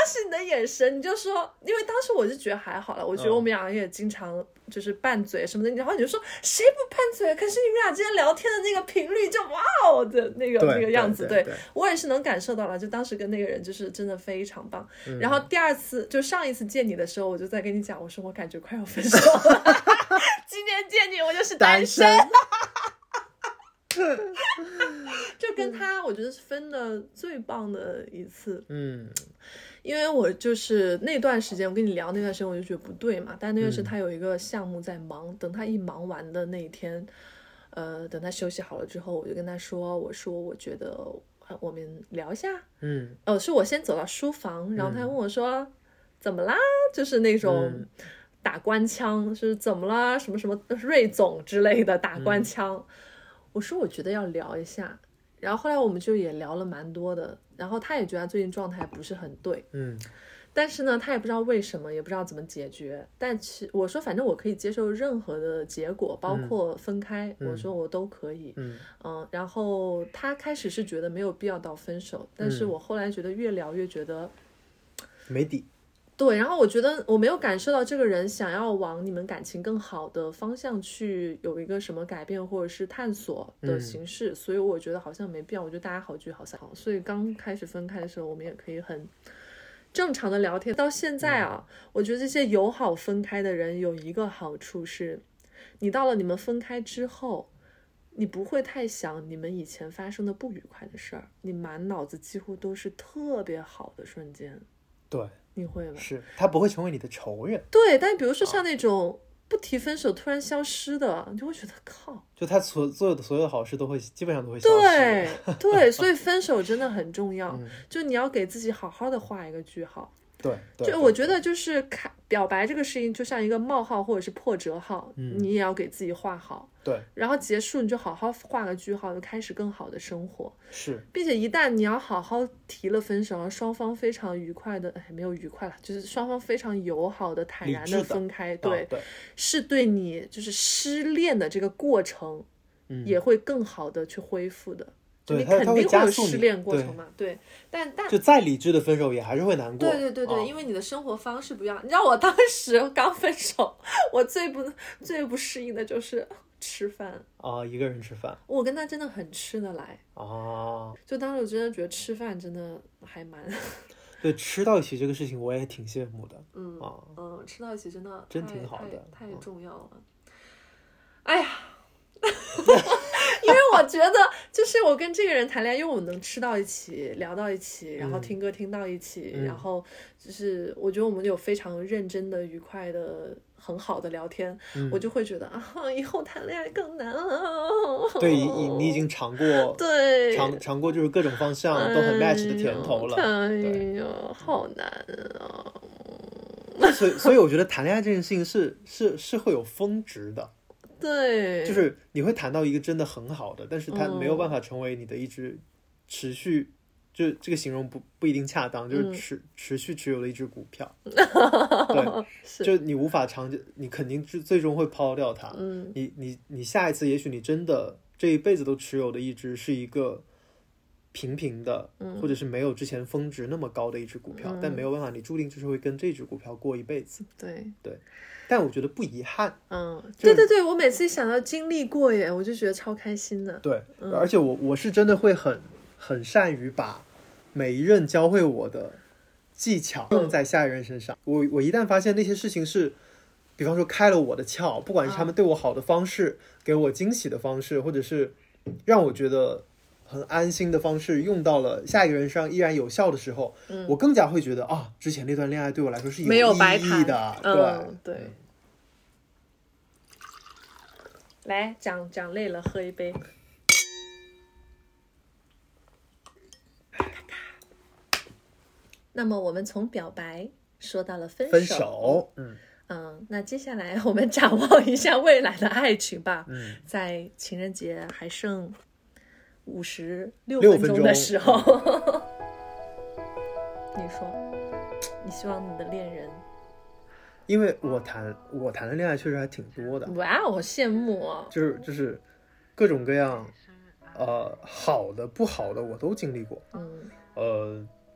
时你的眼神，你就说，因为当时我就觉得还好了，我觉得我们俩也经常就是拌嘴什么的，然后你就说谁不拌嘴？可是你们俩之间聊天的那个频率就哇哦的那个那个样子，对, 对, 对, 对我也是能感受到了，就当时跟那个人就是真的非常棒。嗯、然后第二次就上一次见你的时候，我就在跟你讲，我说我感觉快要分手了，今天见你我就是单身。就跟他我觉得是分的最棒的一次。嗯，因为我就是那段时间我跟你聊那段时间我就觉得不对嘛，但那段时间他有一个项目在忙、嗯、等他一忙完的那一天，呃，等他休息好了之后，我就跟他说，我说我觉得我们聊一下。嗯，哦，是我先走到书房，然后他问我说、嗯、怎么啦，就是那种打官腔、嗯、是怎么啦，什么什么瑞总之类的打官腔、嗯，我说我觉得要聊一下，然后后来我们就也聊了蛮多的，然后他也觉得他最近状态不是很对，嗯，但是呢他也不知道为什么，也不知道怎么解决，但其我说反正我可以接受任何的结果，包括分开、嗯、我说我都可以，嗯嗯，然后他开始是觉得没有必要到分手，但是我后来觉得越聊越觉得没底， 对，然后我觉得我没有感受到这个人想要往你们感情更好的方向去有一个什么改变或者是探索的形式、嗯、所以我觉得好像没必要，我觉得大家好聚好散好，所以刚开始分开的时候我们也可以很正常的聊天，到现在啊、嗯、我觉得这些友好分开的人有一个好处是，你到了你们分开之后，你不会太想你们以前发生的不愉快的事儿，你满脑子几乎都是特别好的瞬间。 对， 你会吧？ 是他不会成为你的仇人。 对，但比如说像那种不提分手突然消失的、啊、你就会觉得靠， 就他所做的所有的好事都会基本上都会消失。 对对，所以分手真的很重要、嗯、就你要给自己好好的画一个句号。 对，对就我觉得就是看表白这个事情就像一个冒号或者是破折号、嗯、你也要给自己画好， 对， 然后结束你就好好画个句号，就开始更好的生活。 是， 并且一旦你要好好提了分手，双方非常愉快的，哎，没有愉快了，就是双方非常友好的坦然的分开，对、 哦、对， 是对你就是失恋的这个过程、嗯、也会更好的去恢复的。 对， 你肯定会有失恋过程嘛， 对, 对，但但就再理智的分手也还是会难过。 对对对对、哦，因为你的生活方式不一样。你知道我当时刚分手，我最不最不适应的就是吃饭啊、哦，一个人吃饭。 我跟他真的很吃得来哦， 就当时我真的觉得吃饭真的还蛮对，吃到一起这个事情我也挺羡慕的。 嗯、哦、嗯，吃到一起真的真挺好的， 太, 太, 太重要了、嗯、哎呀因为我觉得就是我跟这个人谈恋爱，因为我们能吃到一起聊到一起，然后听歌听到一起、嗯、然后就是我觉得我们有非常认真的愉快的很好的聊天、嗯、我就会觉得啊，以后谈恋爱更难啊。 对，你你已经尝过， 对， 尝尝过就是各种方向都很 match 的甜头了。 哎呀，好难啊。 所以所以我觉得谈恋爱这件事情是是是会有峰值的。 对， 就是你会谈到一个真的很好的，但是它没有办法成为你的一只持续、嗯、就这个形容不不一定恰当，就是持、嗯、持续持有的一只股票。对，就你无法长久，你肯定最终会抛掉它。嗯，你你你下一次也许你真的这一辈子都持有的一只是一个平平的、嗯、或者是没有之前峰值那么高的一只股票、嗯、但没有办法，你注定就是会跟这只股票过一辈子。 对对，但我觉得不遗憾。 嗯，对对对，我每次一想到经历过耶，我就觉得超开心的。 对、嗯、而且我我是真的会很很善于把每一任教会我的技巧用在下一任身上、嗯、我我一旦发现那些事情是比方说开了我的窍，不管是他们对我好的方式、啊、给我惊喜的方式，或者是让我觉得很安心的方式用到了下一个人上依然有效的时候、嗯、我更加会觉得啊，之前那段恋爱对我来说是有意义的。 对、 嗯、 对、嗯、来讲讲累了喝一杯。那么我们从表白说到了分手， 分手嗯嗯，那接下来我们展望一下未来的爱情吧。嗯，在情人节还剩五十六分钟的时候，你说你希望你的恋人， 因为我谈我谈的恋爱确实还挺多的。 哇，我羡慕啊！ 就是就是各种各样，呃，好的不好的我都经历过。嗯，呃，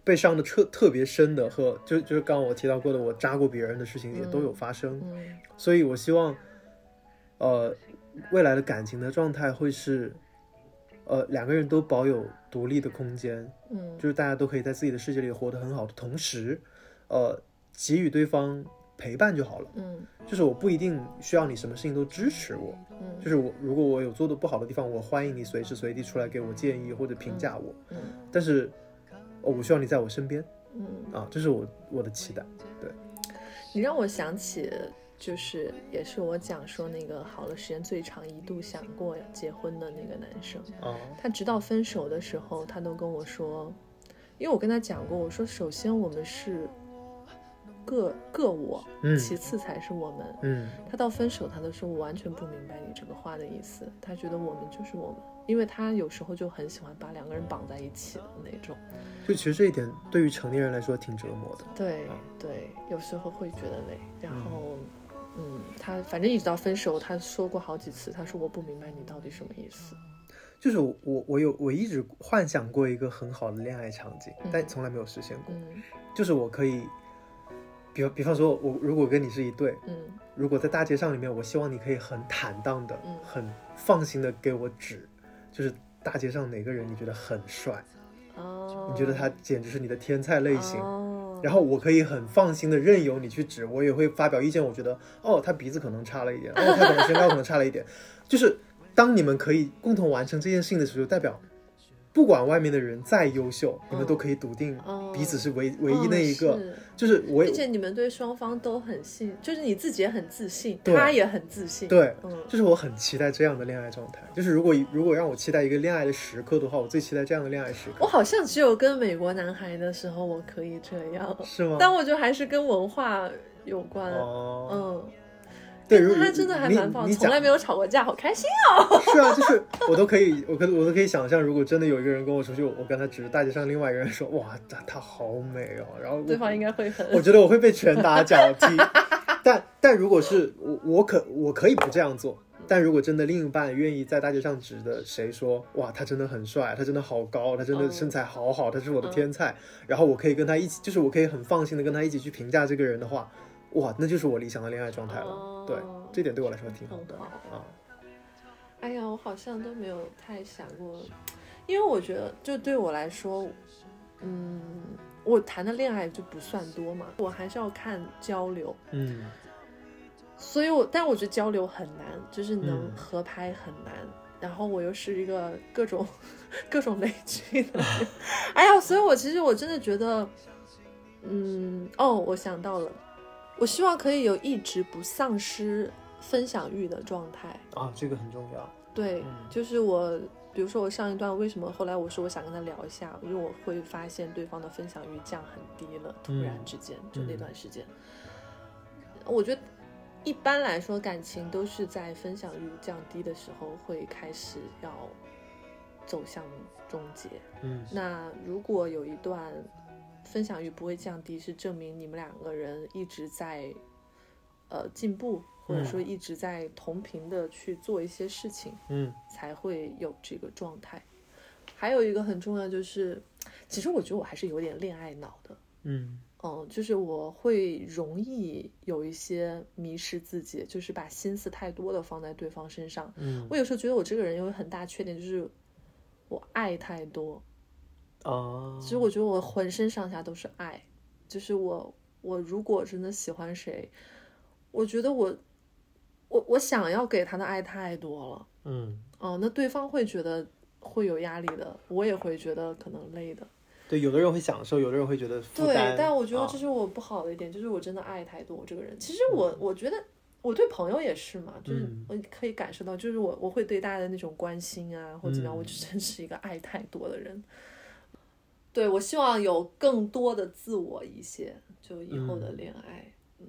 被伤的特特别深的和就就是刚刚我提到过的我扎过别人的事情也都有发生、 嗯嗯、 所以我希望呃未来的感情的状态会是呃两个人都保有独立的空间， 嗯， 就是大家都可以在自己的世界里活得很好的同时呃给予对方陪伴就好了， 嗯， 就是我不一定需要你什么事情都支持我， 嗯， 就是我如果我有做的不好的地方，我欢迎你随时随地出来给我建议或者评价我， 嗯，嗯但是、哦、我需要你在我身边， 嗯啊，这是我我的期待。对， 你让我想起就是也是我讲说那个好了时间最长一度想过结婚的那个男生、哦、他直到分手的时候他都跟我说，因为我跟他讲过，我说首先我们是各各我、嗯、其次才是我们、嗯、他到分手他都说我完全不明白你这个话的意思，他觉得我们就是我们，因为他有时候就很喜欢把两个人绑在一起的那种， 就其实这一点对于成年人来说挺折磨的。 对、啊、对，有时候会觉得累，然后嗯, 嗯他反正一直到分手他说过好几次，他说我不明白你到底什么意思， 就是我我有我一直幻想过一个很好的恋爱场景、嗯、但从来没有实现过、嗯、就是我可以比比方说我如果跟你是一对、嗯、如果在大街上里面，我希望你可以很坦荡的、嗯、很放心的给我指，就是大街上哪个人你觉得很帅、哦、你觉得他简直是你的天菜类型、哦、然后我可以很放心的任由你去指，我也会发表意见，我觉得哦他鼻子可能差了一点，哦他可能身高可能差了一点就是当你们可以共同完成这件事情的时候，代表不管外面的人再优秀、哦、你们都可以笃定彼此是 唯,、哦、唯一那一个、哦、是就是我并且你们对双方都很信，就是你自己也很自信，他也很自信， 对、嗯、就是我很期待这样的恋爱状态，就是如果如果让我期待一个恋爱的时刻的话，我最期待这样的恋爱时刻。 我好像只有跟美国男孩的时候我可以这样， 是吗？ 但我觉得还是跟文化有关、哦、嗯， 对， 他真的还蛮棒，从来没有吵过架，好开心哦。 是啊，就是我都可以，我可我都可以想象，如果真的有一个人跟我出去，我跟他指着大街上另外一个人说，哇，他他好美哦，然后对方应该会很， 我觉得我会被拳打脚踢。但但如果是我，我可我可以不这样做。但如果真的另一半愿意在大街上指着谁说，哇，他真的很帅，他真的好高，他真的身材好好，他是我的天菜，嗯、然后我可以跟他一起，就是我可以很放心的跟他一起去评价这个人的话。哇，那就是我理想的恋爱状态了、哦、对，这点对我来说挺好的、好啊。 哎呀，我好像都没有太想过，因为我觉得就对我来说，嗯，我谈的恋爱就不算多嘛，我还是要看交流，嗯，所以我但我觉得交流很难，就是能合拍很难、嗯、然后我又是一个各种各种累赘的人哎呀，所以我其实我真的觉得嗯，哦，我想到了，我希望可以有一直不丧失分享欲的状态啊，这个很重要。 对、嗯、就是我比如说我上一段为什么后来我说我想跟他聊一下，因为我会发现对方的分享欲降很低了，突然之间、嗯、就那段时间、嗯、我觉得一般来说感情都是在分享欲降低的时候会开始要走向终结。嗯，那如果有一段分享欲不会降低，是证明你们两个人一直在呃进步，或者说一直在同频的去做一些事情，嗯，才会有这个状态。还有一个很重要就是，其实我觉得我还是有点恋爱脑的，嗯嗯，就是我会容易有一些迷失自己，就是把心思太多的放在对方身上。嗯，我有时候觉得我这个人有一个很大缺点，就是我爱太多。哦，其实我觉得我浑身上下都是爱，就是我我如果真的喜欢谁，我觉得我我我想要给他的爱太多了，嗯哦、呃，那对方会觉得会有压力的，我也会觉得可能累的。 对，有的人会享受，有的人会觉得负担。 对，但我觉得这是我不好的一点，哦、就是我真的爱太多我这个人。其实我、嗯、我觉得我对朋友也是嘛，就是我可以感受到，就是我我会对大家的那种关心啊，或者怎么样，我就真是一个爱太多的人。对，我希望有更多的自我一些，就以后的恋爱，嗯，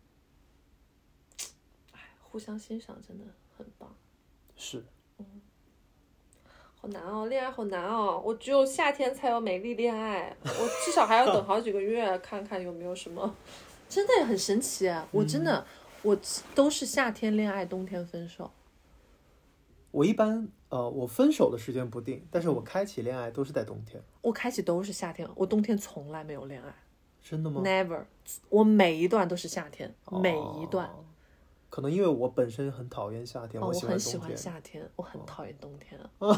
哎、嗯，互相欣赏真的很棒。 是， 嗯，好难哦，恋爱好难哦，我只有夏天才有美丽恋爱，我至少还要等好几个月看看有没有什么，真的很神奇啊！我真的、嗯、我都是夏天恋爱，冬天分手。 我一般呃，我分手的时间不定，但是我开启恋爱都是在冬天。 我开启都是夏天，我冬天从来没有恋爱。 真的吗 ？Never， 我每一段都是夏天， 哦、 每一段。 可能因为我本身很讨厌夏天， 哦、我喜欢冬天。 很喜欢夏天，我很讨厌冬天。 哦、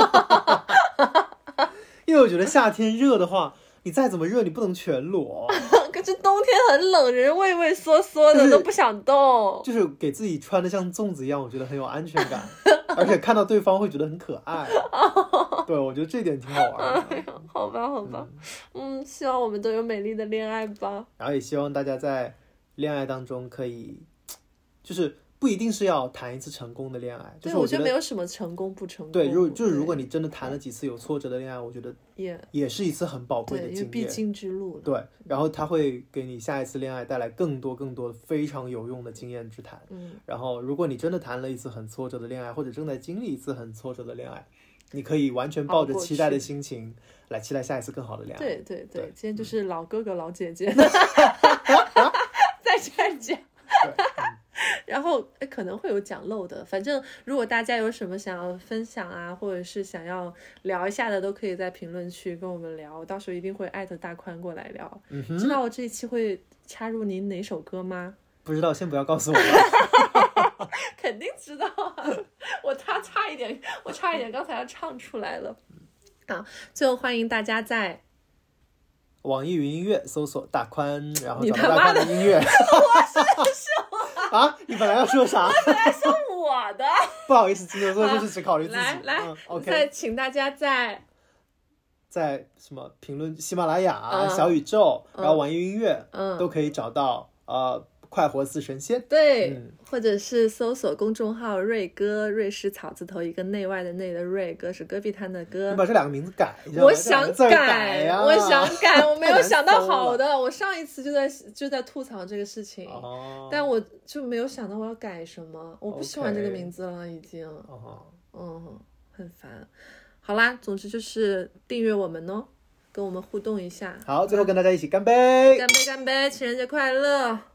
因为我觉得夏天热的话，你再怎么热，你不能全裸。 可是冬天很冷，人畏畏缩缩的，都不想动。 就是给自己穿的像粽子一样，我觉得很有安全感，而且看到对方会觉得很可爱。对，我觉得这点挺好玩的。 哎、好吧，好吧，嗯, 嗯，希望我们都有美丽的恋爱吧。 然后也希望大家在恋爱当中可以，就是不一定是要谈一次成功的恋爱。就是我觉得没有什么成功不成功。 对，如就是如果你真的谈了几次有挫折的恋爱，我觉得也也是一次很宝贵的经验， 必经之路。 对，然后它会给你下一次恋爱带来更多更多非常有用的经验之谈。 嗯， 然后如果你真的谈了一次很挫折的恋爱，或者正在经历一次很挫折的恋爱，你可以完全抱着期待的心情来期待下一次更好的恋爱。 对对 对, 对，今天就是老哥哥老姐姐在这儿讲。然后可能会有讲漏的，反正如果大家有什么想要分享啊，或者是想要聊一下的，都可以在评论区跟我们聊，我到时候一定会艾特大宽过来聊。 嗯、 知道我这一期会插入您哪首歌吗？ 不知道，先不要告诉我吧。 肯定知道啊，我他差一点，我差一点刚才要唱出来了。好，最后欢迎大家在网易云音乐搜索大宽，然后找到大宽的音乐。 我是是我啊，你本来要说啥？ 我本来说我的。 不好意思，金牛座就是只考虑自己。 来来、 嗯、，OK。 再请大家在在什么评论喜马拉雅、嗯、小宇宙，然后网易云音乐， 嗯， 都可以找到呃。快活似神仙， 对、 嗯， 或者是搜索公众号瑞哥，瑞是草字头一个内外的内的瑞，哥是戈壁滩的歌。 你把这两个名字改一下。 我想改， 改啊、 我想改，我没有想到好的。我上一次就在就在吐槽这个事情， 哦、 但我就没有想到我要改什么。我不喜欢这个名字了，已经。 哦、 嗯，很烦。好啦，总之就是订阅我们哦，跟我们互动一下。 好，最后跟大家一起干杯！ 干杯干杯！情人节快乐！